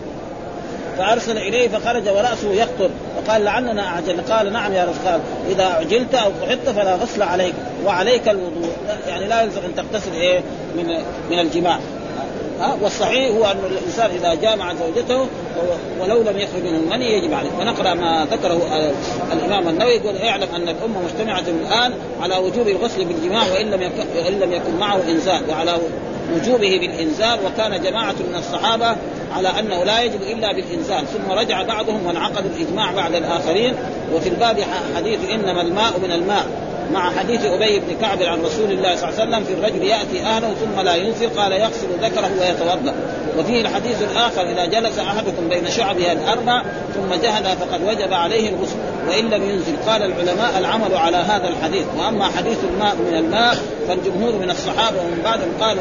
فأرسل إليه فخرج ورأسه يقطر فقال لعلنا أعجل. قال نعم يا رسول الله إذا عجلت أو قحطت فلا غسل عليك وعليك الوضوء يعني لا يلزم أن تغتسل من الجماع. والصحيح هو أن الإنسان إذا جامع زوجته ولو لم يخرج من المني يجب عليه. ونقرأ ما ذكره الإمام النووي يقول اعلم أن الأمة مجتمعة الآن على وجوب الغسل بالجماع وإن لم يكن معه إنزال وعلى وجوبه بالإنزال وكان جماعة من الصحابة على أنه لا يجب إلا بالإنزال ثم رجع بعضهم وانعقد الإجماع بعد الآخرين. وفي الباب حديث إنما الماء من الماء مع حديث أبي بن كعب عن رسول الله صلى الله عليه وسلم في الرجل يأتي أهله ثم لا ينزل قال يغسل ذكره ويتوضأ. وفيه الحديث الآخر إذا جلس أحدكم بين شعبها الأربع ثم جهد فقد وجب عليه الغسل وإن لم ينزل. قال العلماء العمل على هذا الحديث. وأما حديث الماء من الماء فالجمهور من الصحابة ومن بعدهم قالوا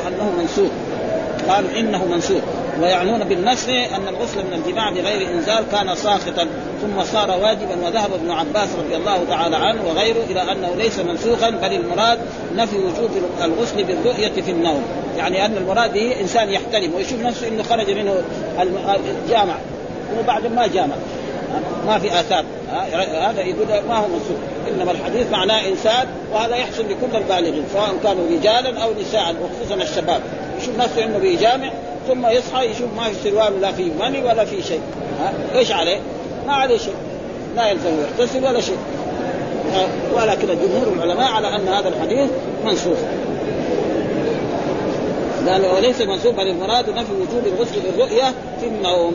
إنه منسوخ ويعنون بالنسخ أن الغسل من الجماع بغير إنزال كان ساقطا ثم صار واجبا. وذهب ابن عباس رضي الله تعالى عنه وغيره إلى أنه ليس منسوخا بل المراد نفي وجوب الغسل بالرؤية في النوم يعني أن المراد هي إنسان يحتلم ويشوف نفسه إنه خرج منه الجامع وبعد ما جامع ما في آثار هذا يقول ما هو منسوخ. إنما الحديث معناه إنسان وهذا يحصل لكل البالغين سواء كانوا رجالا أو نساء وخصوصا الشباب يشوف نفسه إنه بيجامع ثم يصحى يشوف ما في سروال لا في مني ولا في شيء إيش عليه؟ ما عليه شيء لا يلزم يغتسل ولا شيء. ولكن جمهور العلماء على أن هذا الحديث منسوخ. قال وليس منسوبا للمراد نفي وجوب الغسل بالرؤية في النوم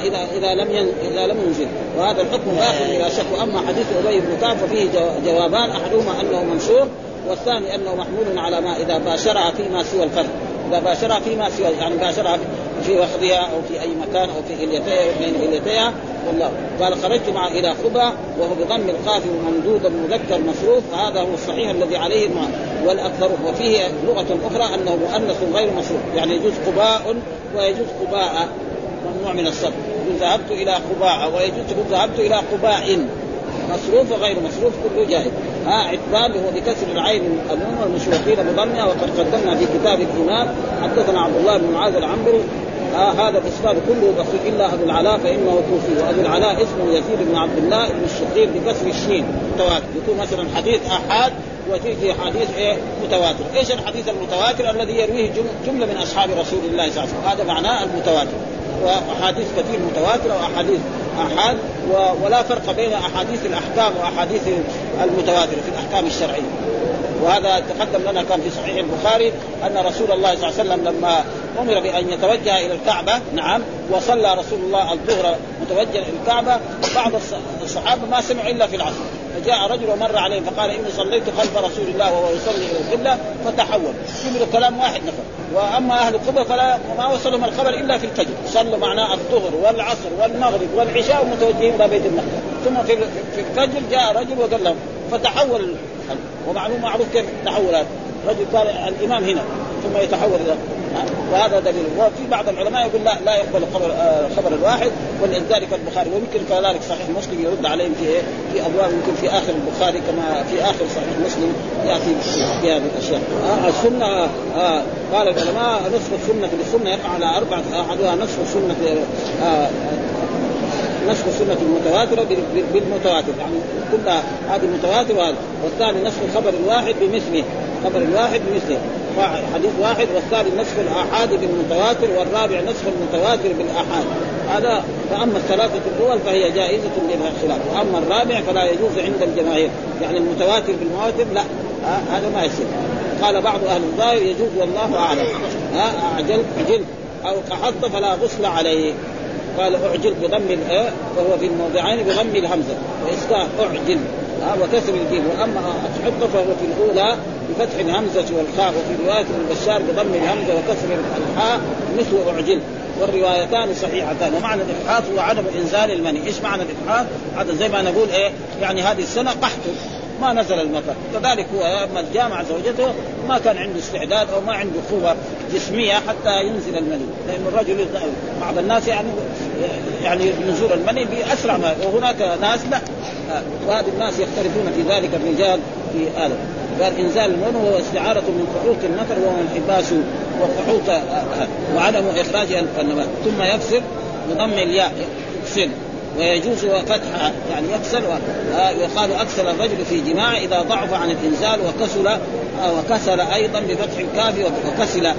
إذا لم ينزل، وهذا الحكم باق بلا شك. وأما حديث أبي بن كعب ففيه جوابان، أحدهما أنه منشور، والثاني أنه محمول على ما إذا باشرها فيما سوى الفرد، إذا باشرها فيما سوى يعني باشرها في وخذها أو في أي مكان أو في إليتها وبين إليتها. والله قال خرجت مع إلى خبا وهو بضم القاف وممدود مذكر مصروف، هذا هو الصحيح الذي عليه المعنى والأكثر. وفيه لغة أخرى أنه مؤنث غير مصروف، يعني يجوز قباء ويجوز قباء، ممنوع من الصرف. ذهبت إلى قباء ويجوز ذهبت إلى قباء، مصروف وغير مصروف كله جائز. عتبان هو بكسر العين النون والمشرقين بضمها. وقد قدمنا في كتاب الإمام حدثنا عبد الله بن معاذ العنبري هذا الإسناد كله بسيط إلا أبو العلاء فإنه كوفي، وأبو العلاء اسمه يزيد بن عبد الله بن الشقيق بكسر الشين متواتر. يكون مثلا حديث أحاد وتيجي حديث متواتر. إيش الحديث المتواتر؟ الذي يرويه جملة من أصحاب رسول الله صلى الله عليه وسلم، هذا معناه المتواتر. وأحاديث كثير متواترة وأحاديث أحاد، ولا فرق بين أحاديث الأحكام وأحاديث المتواتر في الأحكام الشرعية. وهذا تقدم لنا كان في صحيح البخاري أن رسول الله صلى الله عليه وسلم لما أمر بأن يتوجه إلى الكعبة، نعم، وصلى رسول الله الظهر متوجه إلى الكعبة، بعض الصحابة ما سمعوا إلا في العصر، فجاء رجل ومر عليه فقال إني صليت خلف رسول الله وهو يصلي إلى القبلة فتحول. كبروا كلام واحد نفر. وأما أهل قبة فلا ما وصلهم الخبر إلا في الفجر، صلوا معنا الظهر والعصر والمغرب والعشاء ومتوجهين إلى بيت المقدس. ثم في الفجر جاء رجل وقال لهم فتحول. معروف كيف تحولات، رجل قال الإمام هنا ثم يتحول إلى، وهذا دليل. وفي بعض العلماء يقول لا يقبل خبر الواحد، ولذلك البخاري ويمكن كذلك صحيح مسلم يرد عليهم في أبواب، يمكن في آخر البخاري كما في آخر صحيح مسلم يأتي بهذه الأشياء. السنة قال العلماء نصف السنة للسنة يقع على أربعة، أحدها نصف السنة المتواترة بالمتواتر، يعني كلها هذه المتواتر، والثاني نصف الخبر الواحد بمثله، خبر الواحد بمثله حديث واحد، والثالث نصف الآحاد بالمتواتر، والرابع نصف المتواتر بالآحاد. هذا فأما الثلاثة الأول فهي جائزة للخلاف، وأما الرابع فلا يجوز عند الجماهير، يعني المتواتر بالمتواتر لا، هذا ما يصير. قال بعض أهل الظاهر يجوز والله أعلم. أعجل أو قحط فلا غسل عليه. قال أعجل بضم الآ وهو في الموضعين بضم الهمزة وإسكان أعجل وكسر الجيم. وأما أحط فهو في الأولى بفتح الهمزة والخاء، وفي رواية البشار بضم الهمزة وكسر الحاء مثل أعجل، والروايتان صحيحتان. ومعنى الإفحاط هو عدم إنزال المني. إيش معنى الإفحاط؟ هذا زي ما نقول يعني هذه السنة قحط ما نزل المطر، كذلك هو لما جامع زوجته ما كان عنده استعداد أو ما عنده قوة جسمية حتى ينزل المني، لأن الرجل بعض الناس يعني نزول المني بأسرع ما، وهناك ناس لا، وهذه الناس يختلفون في ذلك الرجال في هذا. قال إنزال المني هو استعارة من قحوط المطر وهو الحباس وقحوط وعدم إخراج النبات. ثم يكسر بضم الياء يكسر، ويجوز فتحها يعني يكسل. ويقال أكسل الرجل في جماع إذا ضعف عن الإنزال، وكسل أيضا بفتح الكاف وكسل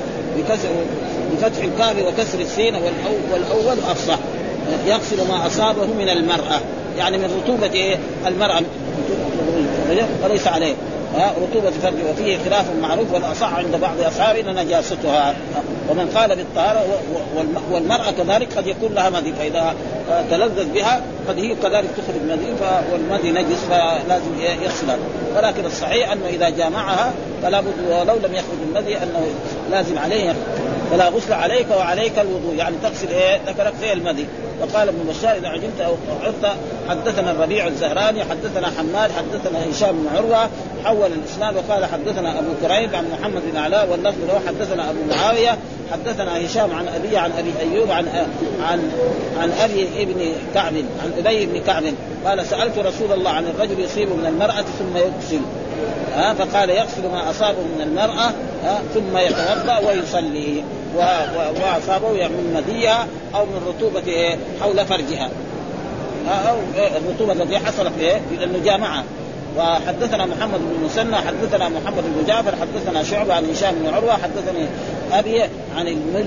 بفتح الكاف وكسر السين، والأول أفصح. يغسل ما أصابه من المرأة، يعني من رطوبة المرأة وليس عليه رطوبة فرج، وفيه خلاف معروف، والأصح عند بعض أصحابنا نجاستها. ومن قال بالطهارة، والمرأة كذلك قد يكون لها مذي، فإذا تلذذ بها قد هي كذلك تخرج مذي، والمذي نجس فلازم يغسلها. ولكن الصحيح أنه إذا جامعها فلا بد، ولو لم يخرج المذي أنه لازم عليه فلا غسل عليك وعليك الوضوء، يعني تغسل ذكرك في المذي. وقال ابن بشار إذا عجلت أو عرت حدثنا الربيع الزهراني حدثنا حماد حدثنا هشام بن عروة حول الإسناد وقال حدثنا أبو كريب عن محمد بن علاء، واللفظ له حدثنا أبو معاوية حدثنا هشام عن أبي عن أبي أيوب عن أبي ابن كعب عن أبي بن كعب قال سألت رسول الله عن الرجل يصيب من المرأة ثم يغسل، فقال يغسل ما أصابه من المرأة ثم يتوضأ ويصلي، وأصابه من مذيها أو من رطوبة حول فرجها أو الرطوبة التي حصلت لأنه جامعها. وحدثنا محمد بن مسنى حدثنا محمد بن جعفر حدثنا شعبة عن هشام بن عروة حدثني أبي عن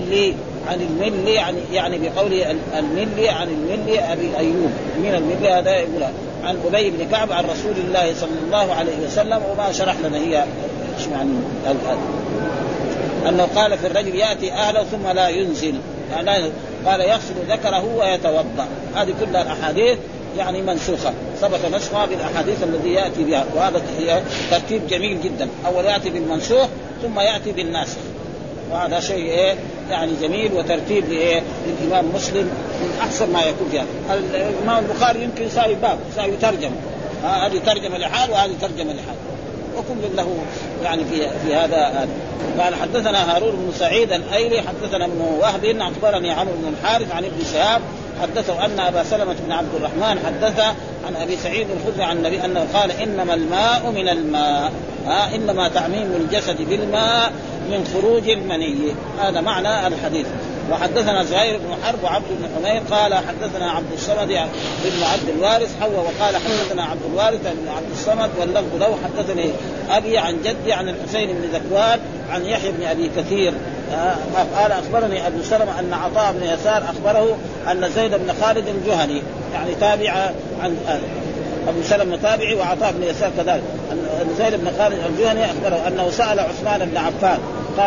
الملي يعني بقوله الملي عن الملي أبي أيوب من الملي هذا يقول عن أبي بن كعب عن رسول الله صلى الله عليه وسلم، وما شرح لنا هي ايش معنى هذا. أنه قال في الرجل يأتي أهله ثم لا ينزل، يعني قال يغسل ذكره ويتوضأ. هذه كلها الأحاديث يعني منسوخة، ثبت نسخها بالأحاديث الذي يأتي بها، وهذا ترتيب جميل جدا. أول يأتي بالمنسوخ ثم يأتي بالناسخ، وهذا شيء يعني جميل وترتيب للإمام مسلم من أحسن ما يكون فيها. الإمام البخاري يمكن يساوي باب يساوي ترجمة، هذه ترجمة لحال وهذه ترجمة لحال، وكل له يعني في هذا. قال حدثنا هارون بن سعيد الأيلي حدثنا ابن وهب أخبرني عمرو بن الحارث عن ابن شهاب حدثه أن أبا سلمة بن عبد الرحمن حدث عن أبي سعيد الخدري عن النبي أنه قال إنما الماء من الماء، إنما تعميم الجسد بالماء من خروج المني. هذا معنى الحديث. وحدثنا زهير بن حرب وعبد بن حمير قال حدثنا عبد الصمد بن عبد الوارث وقال حدثنا عبد الوارث بن عبد الصمد واللفظ له حدثني أبي عن جدي عن الحسين بن ذكوان عن يحيى بن أبي كثير قال أخبرني أبو سلمة أن عطاء بن يسار أخبره أن زيد بن خالد الجهني يعني تابع عن أبو سلمة تابعي وعطاء بن يسار كذلك أن زيد بن خالد الجهني أخبره أنه سأل عثمان بن عفان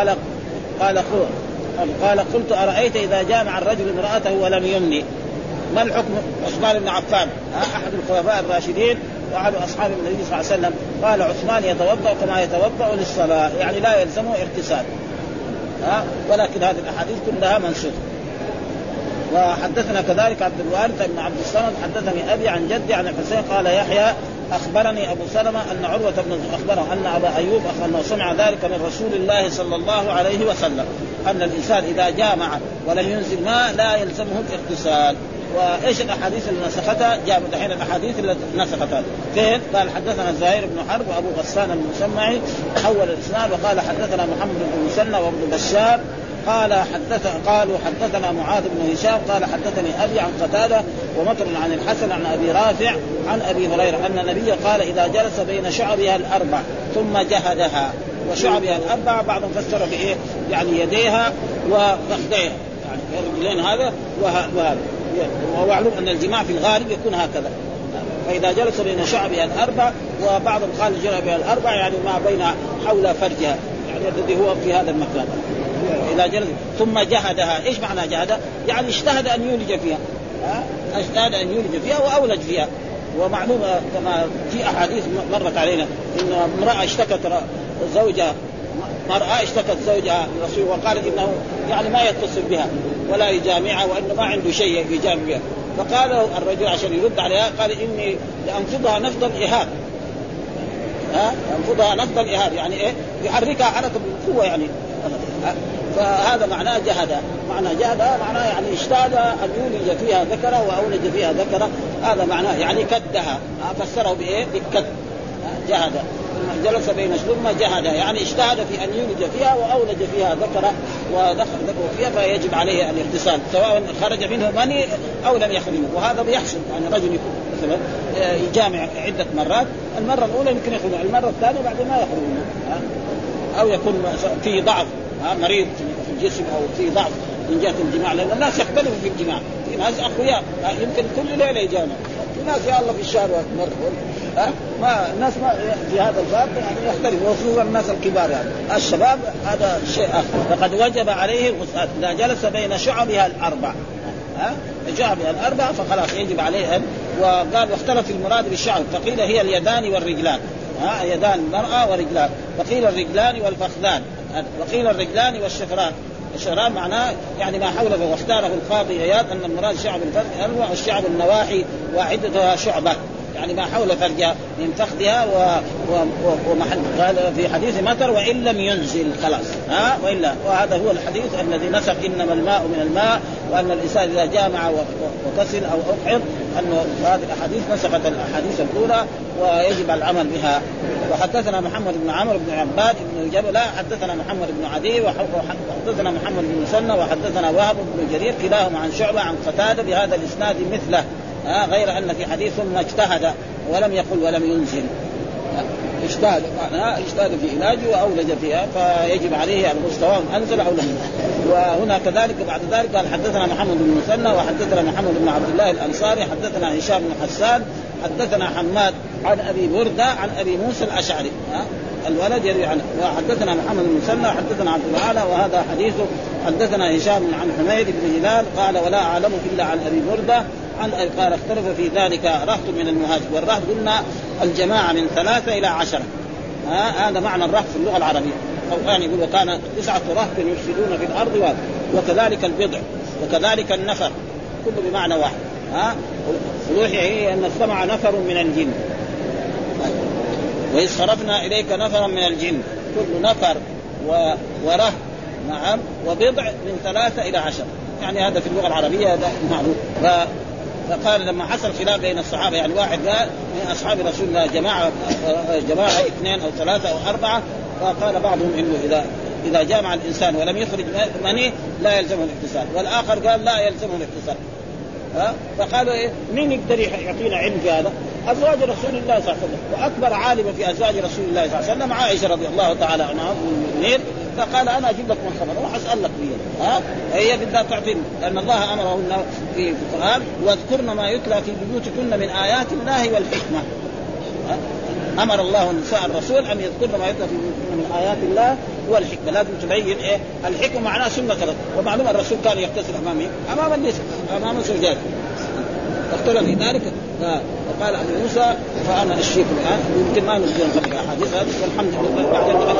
قال قلت أرأيت إذا جامع الرجل امرأته ولم يمني ما الحكم؟ عثمان بن عفان أحد الخلفاء الراشدين وأحد أصحاب النبي صلى الله عليه وسلم قال عثمان يتوضأ كما يتوضأ للصلاة، يعني لا يلزمه اغتسال، ولكن هذه الأحاديث كلها منسوخة. وحدثنا كذلك عبد الوارث بن عبد الصمد حدثني أبي عن جدي عن الحسين قال يحيى أخبرني أبو سلمة أن عروة بن أخبره أن أبا أيوب أنه سمع ذلك من رسول الله صلى الله عليه وسلم أن الإنسان إذا جامع ولم ينزل ماء لا يلزمه الاغتسال. وإيش الأحاديث اللي نسختها؟ جابوا دحين الأحاديث اللي نسختها فين؟ قال حدثنا زهير بن حرب وأبو غسان المسمعي حول الإسناد وقال حدثنا محمد بن مسنى وابن بشار قالوا حدثنا معاذ بن هشام قال حدثني أبي عن قتادة ومطر عن الحسن عن أبي رافع عن أبي هريرة أن النبي قال إذا جلس بين شعبها الأربع ثم جهدها. وشعبها الأربع بعضهم فسر بإيه؟ يعني يديها وفخذيها، يعني الرجلين هذا وهذا، ومعلوم أن الجماع في الغالب يكون هكذا. فإذا جلس بين شعبها الأربع وبعضهم قال شعبها الأربع يعني ما بين حول فرجها يعني الذي هو في هذا المكان. إذا جلس ثم جهدها، إيش معنى جهدها؟ يعني اجتهد أن يولج فيها، اجتهد أن يولج فيها وأولج فيها. ومعلوم كما في أحاديث مرت علينا إن امرأة اشتكت زوجها، مرأة اشتكت زوجها للرسول وقالت إنه يعني ما يتصل بها ولا يجامعها وإنه ما عنده شيء يجامع بها. فقال الرجل عشان يرد عليها قال إني لأنفضها نفض الإهاب، أنفضها نفض الإهاب يعني إيه؟ يحركها حركة بالقوة يعني. فهذا معناه جهد، معنى جهد معناه يعني اجتهد أن يولج فيها ذكرة وأولج فيها ذكرة، هذا معناه يعني كدها، فسره بإيه؟ بالكد جهد. جلس بين ثم جهد يعني اجتهد في أن يولج فيها وأولج فيها ذكرة ودخل ذكره فيها فيجب عليه الاغتسال سواء خرج منه مني أو لم يخرج منه. وهذا بيحصل يعني رجل يكون مثلا يجامع عدة مرات، المرة الأولى يمكن يخرج، المرة الثانية بعد ما يخرج منه، أو يكون في ضعف مريض في الجسم أو في ضعف من جهة الجماع، لأن الناس يختلفوا في الجماع، في ناس أقوياء يمكن كل ليلة يجامع، في ناس يا الله في الشهر مرة ما الناس ما في هذا الباب يعني يختلف، وخصوصا الناس الكبار يعني الشباب هذا شيء آخر. فقد وجب عليه الغسل إذا جلس بين شعبها الأربع، شعبها الأربع فخلاص يجب عليه أن. وقال واختلف المراد بالشعب فقيل هي اليدان والرجلان، يدان المرأة ورجلان، وقيل الرجلان والفخذان، وقيل الرجلان والشفران. الشفران معناه يعني ما حوله. واختاره القاضي عياض أن المراد شعب الفرج أنواع الشعب النواحي وعدتها شعبة يعني ما حول فرجها من فخذها ومحل. قال في حديث مطر وإن لم ينزل خلاص وإلا. وهذا هو الحديث الذي نسخ إنما الماء من الماء، وأن الإنسان إذا جامع وغسل أو أقعد أنه هذه الأحاديث نسخت الأحاديث الأولى ويجب العمل بها. وحدثنا محمد بن عمرو بن عباد بن جبل حدثنا محمد بن عدي وحدثنا محمد بن مسنى وحدثنا وهب بن جرير كلاهما عن شعبة عن قتادة بهذا الإسناد مثله، غير أن في حديث ثم اجتهد ولم يقل ولم ينزل. اجتهد معناه اجتهد في علاجه وأولج فيها فيجب عليه المستوى أنزل أو لم. وهنا كذلك بعد ذلك قال حدثنا محمد بن مسنى وحدثنا محمد بن عبد الله الأنصاري حدثنا هشام بن حسان حدثنا حماد عن أبي بردة عن أبي موسى الأشعري الولد يروي عنه. وحدثنا محمد بن مسنى حدثنا عبد الأعلى وهذا حديثه. حدثنا هشام عن حميد بن هلال قال ولا أعلم إلا عن أبي بردة عن قال اختلف في ذلك رهط من المهاجر. والرهط قلنا الجماعة من 3 إلى 10. هذا معنى الرهط في اللغة العربية. أو يعني يقول وكان 9 رهط يفسدون في الأرض وكذلك البضع وكذلك النفر كله بمعنى واحد. ويوحي هي أن استمع نفر من الجن وإذ صرفنا إليك نفرا من الجن كل نفر ورهط نعم وبضع من 3 إلى 10. يعني هذا في اللغة العربية هذا معروف. فقال لما حصل خلاف بين الصحابة يعني واحد قال من أصحاب رسول الله جماعة 2 أو 3 أو 4 فقال بعضهم إنه إذا جامع الإنسان ولم يخرج مني لا يلزمه الاغتسال والآخر قال لا يلزمه الاغتسال. فقالوا إيه مين يقدر يعطينا علم في هذا؟ أزواج رسول الله صلى الله عليه وسلم. وأكبر عالم في أزواج رسول الله صلى الله عليه وسلم عائشة رضي الله تعالى عنها والمؤمنين. فقال أنا أجيب لك من خبر وأسألك بيه. هي بدها تعطيني لأن الله أمرهن في القرآن واذكرن ما يتلى في بيوتكن من آيات الله والحكمة. أمر الله نساء الرسول أن يذكرن ما يتلى في بيوتكن من آيات الله والحكمة. لازم تبين إيه الحكمة معناها سنة الرسول. ومعلوم الرسول كان يغتسل أمام النساء أمام الزوجات. اختلف في ذلك وقال أبو موسى فأنا أشفيكم الآن يمكن ما نزل قبل أحاديث والحمد لله بعد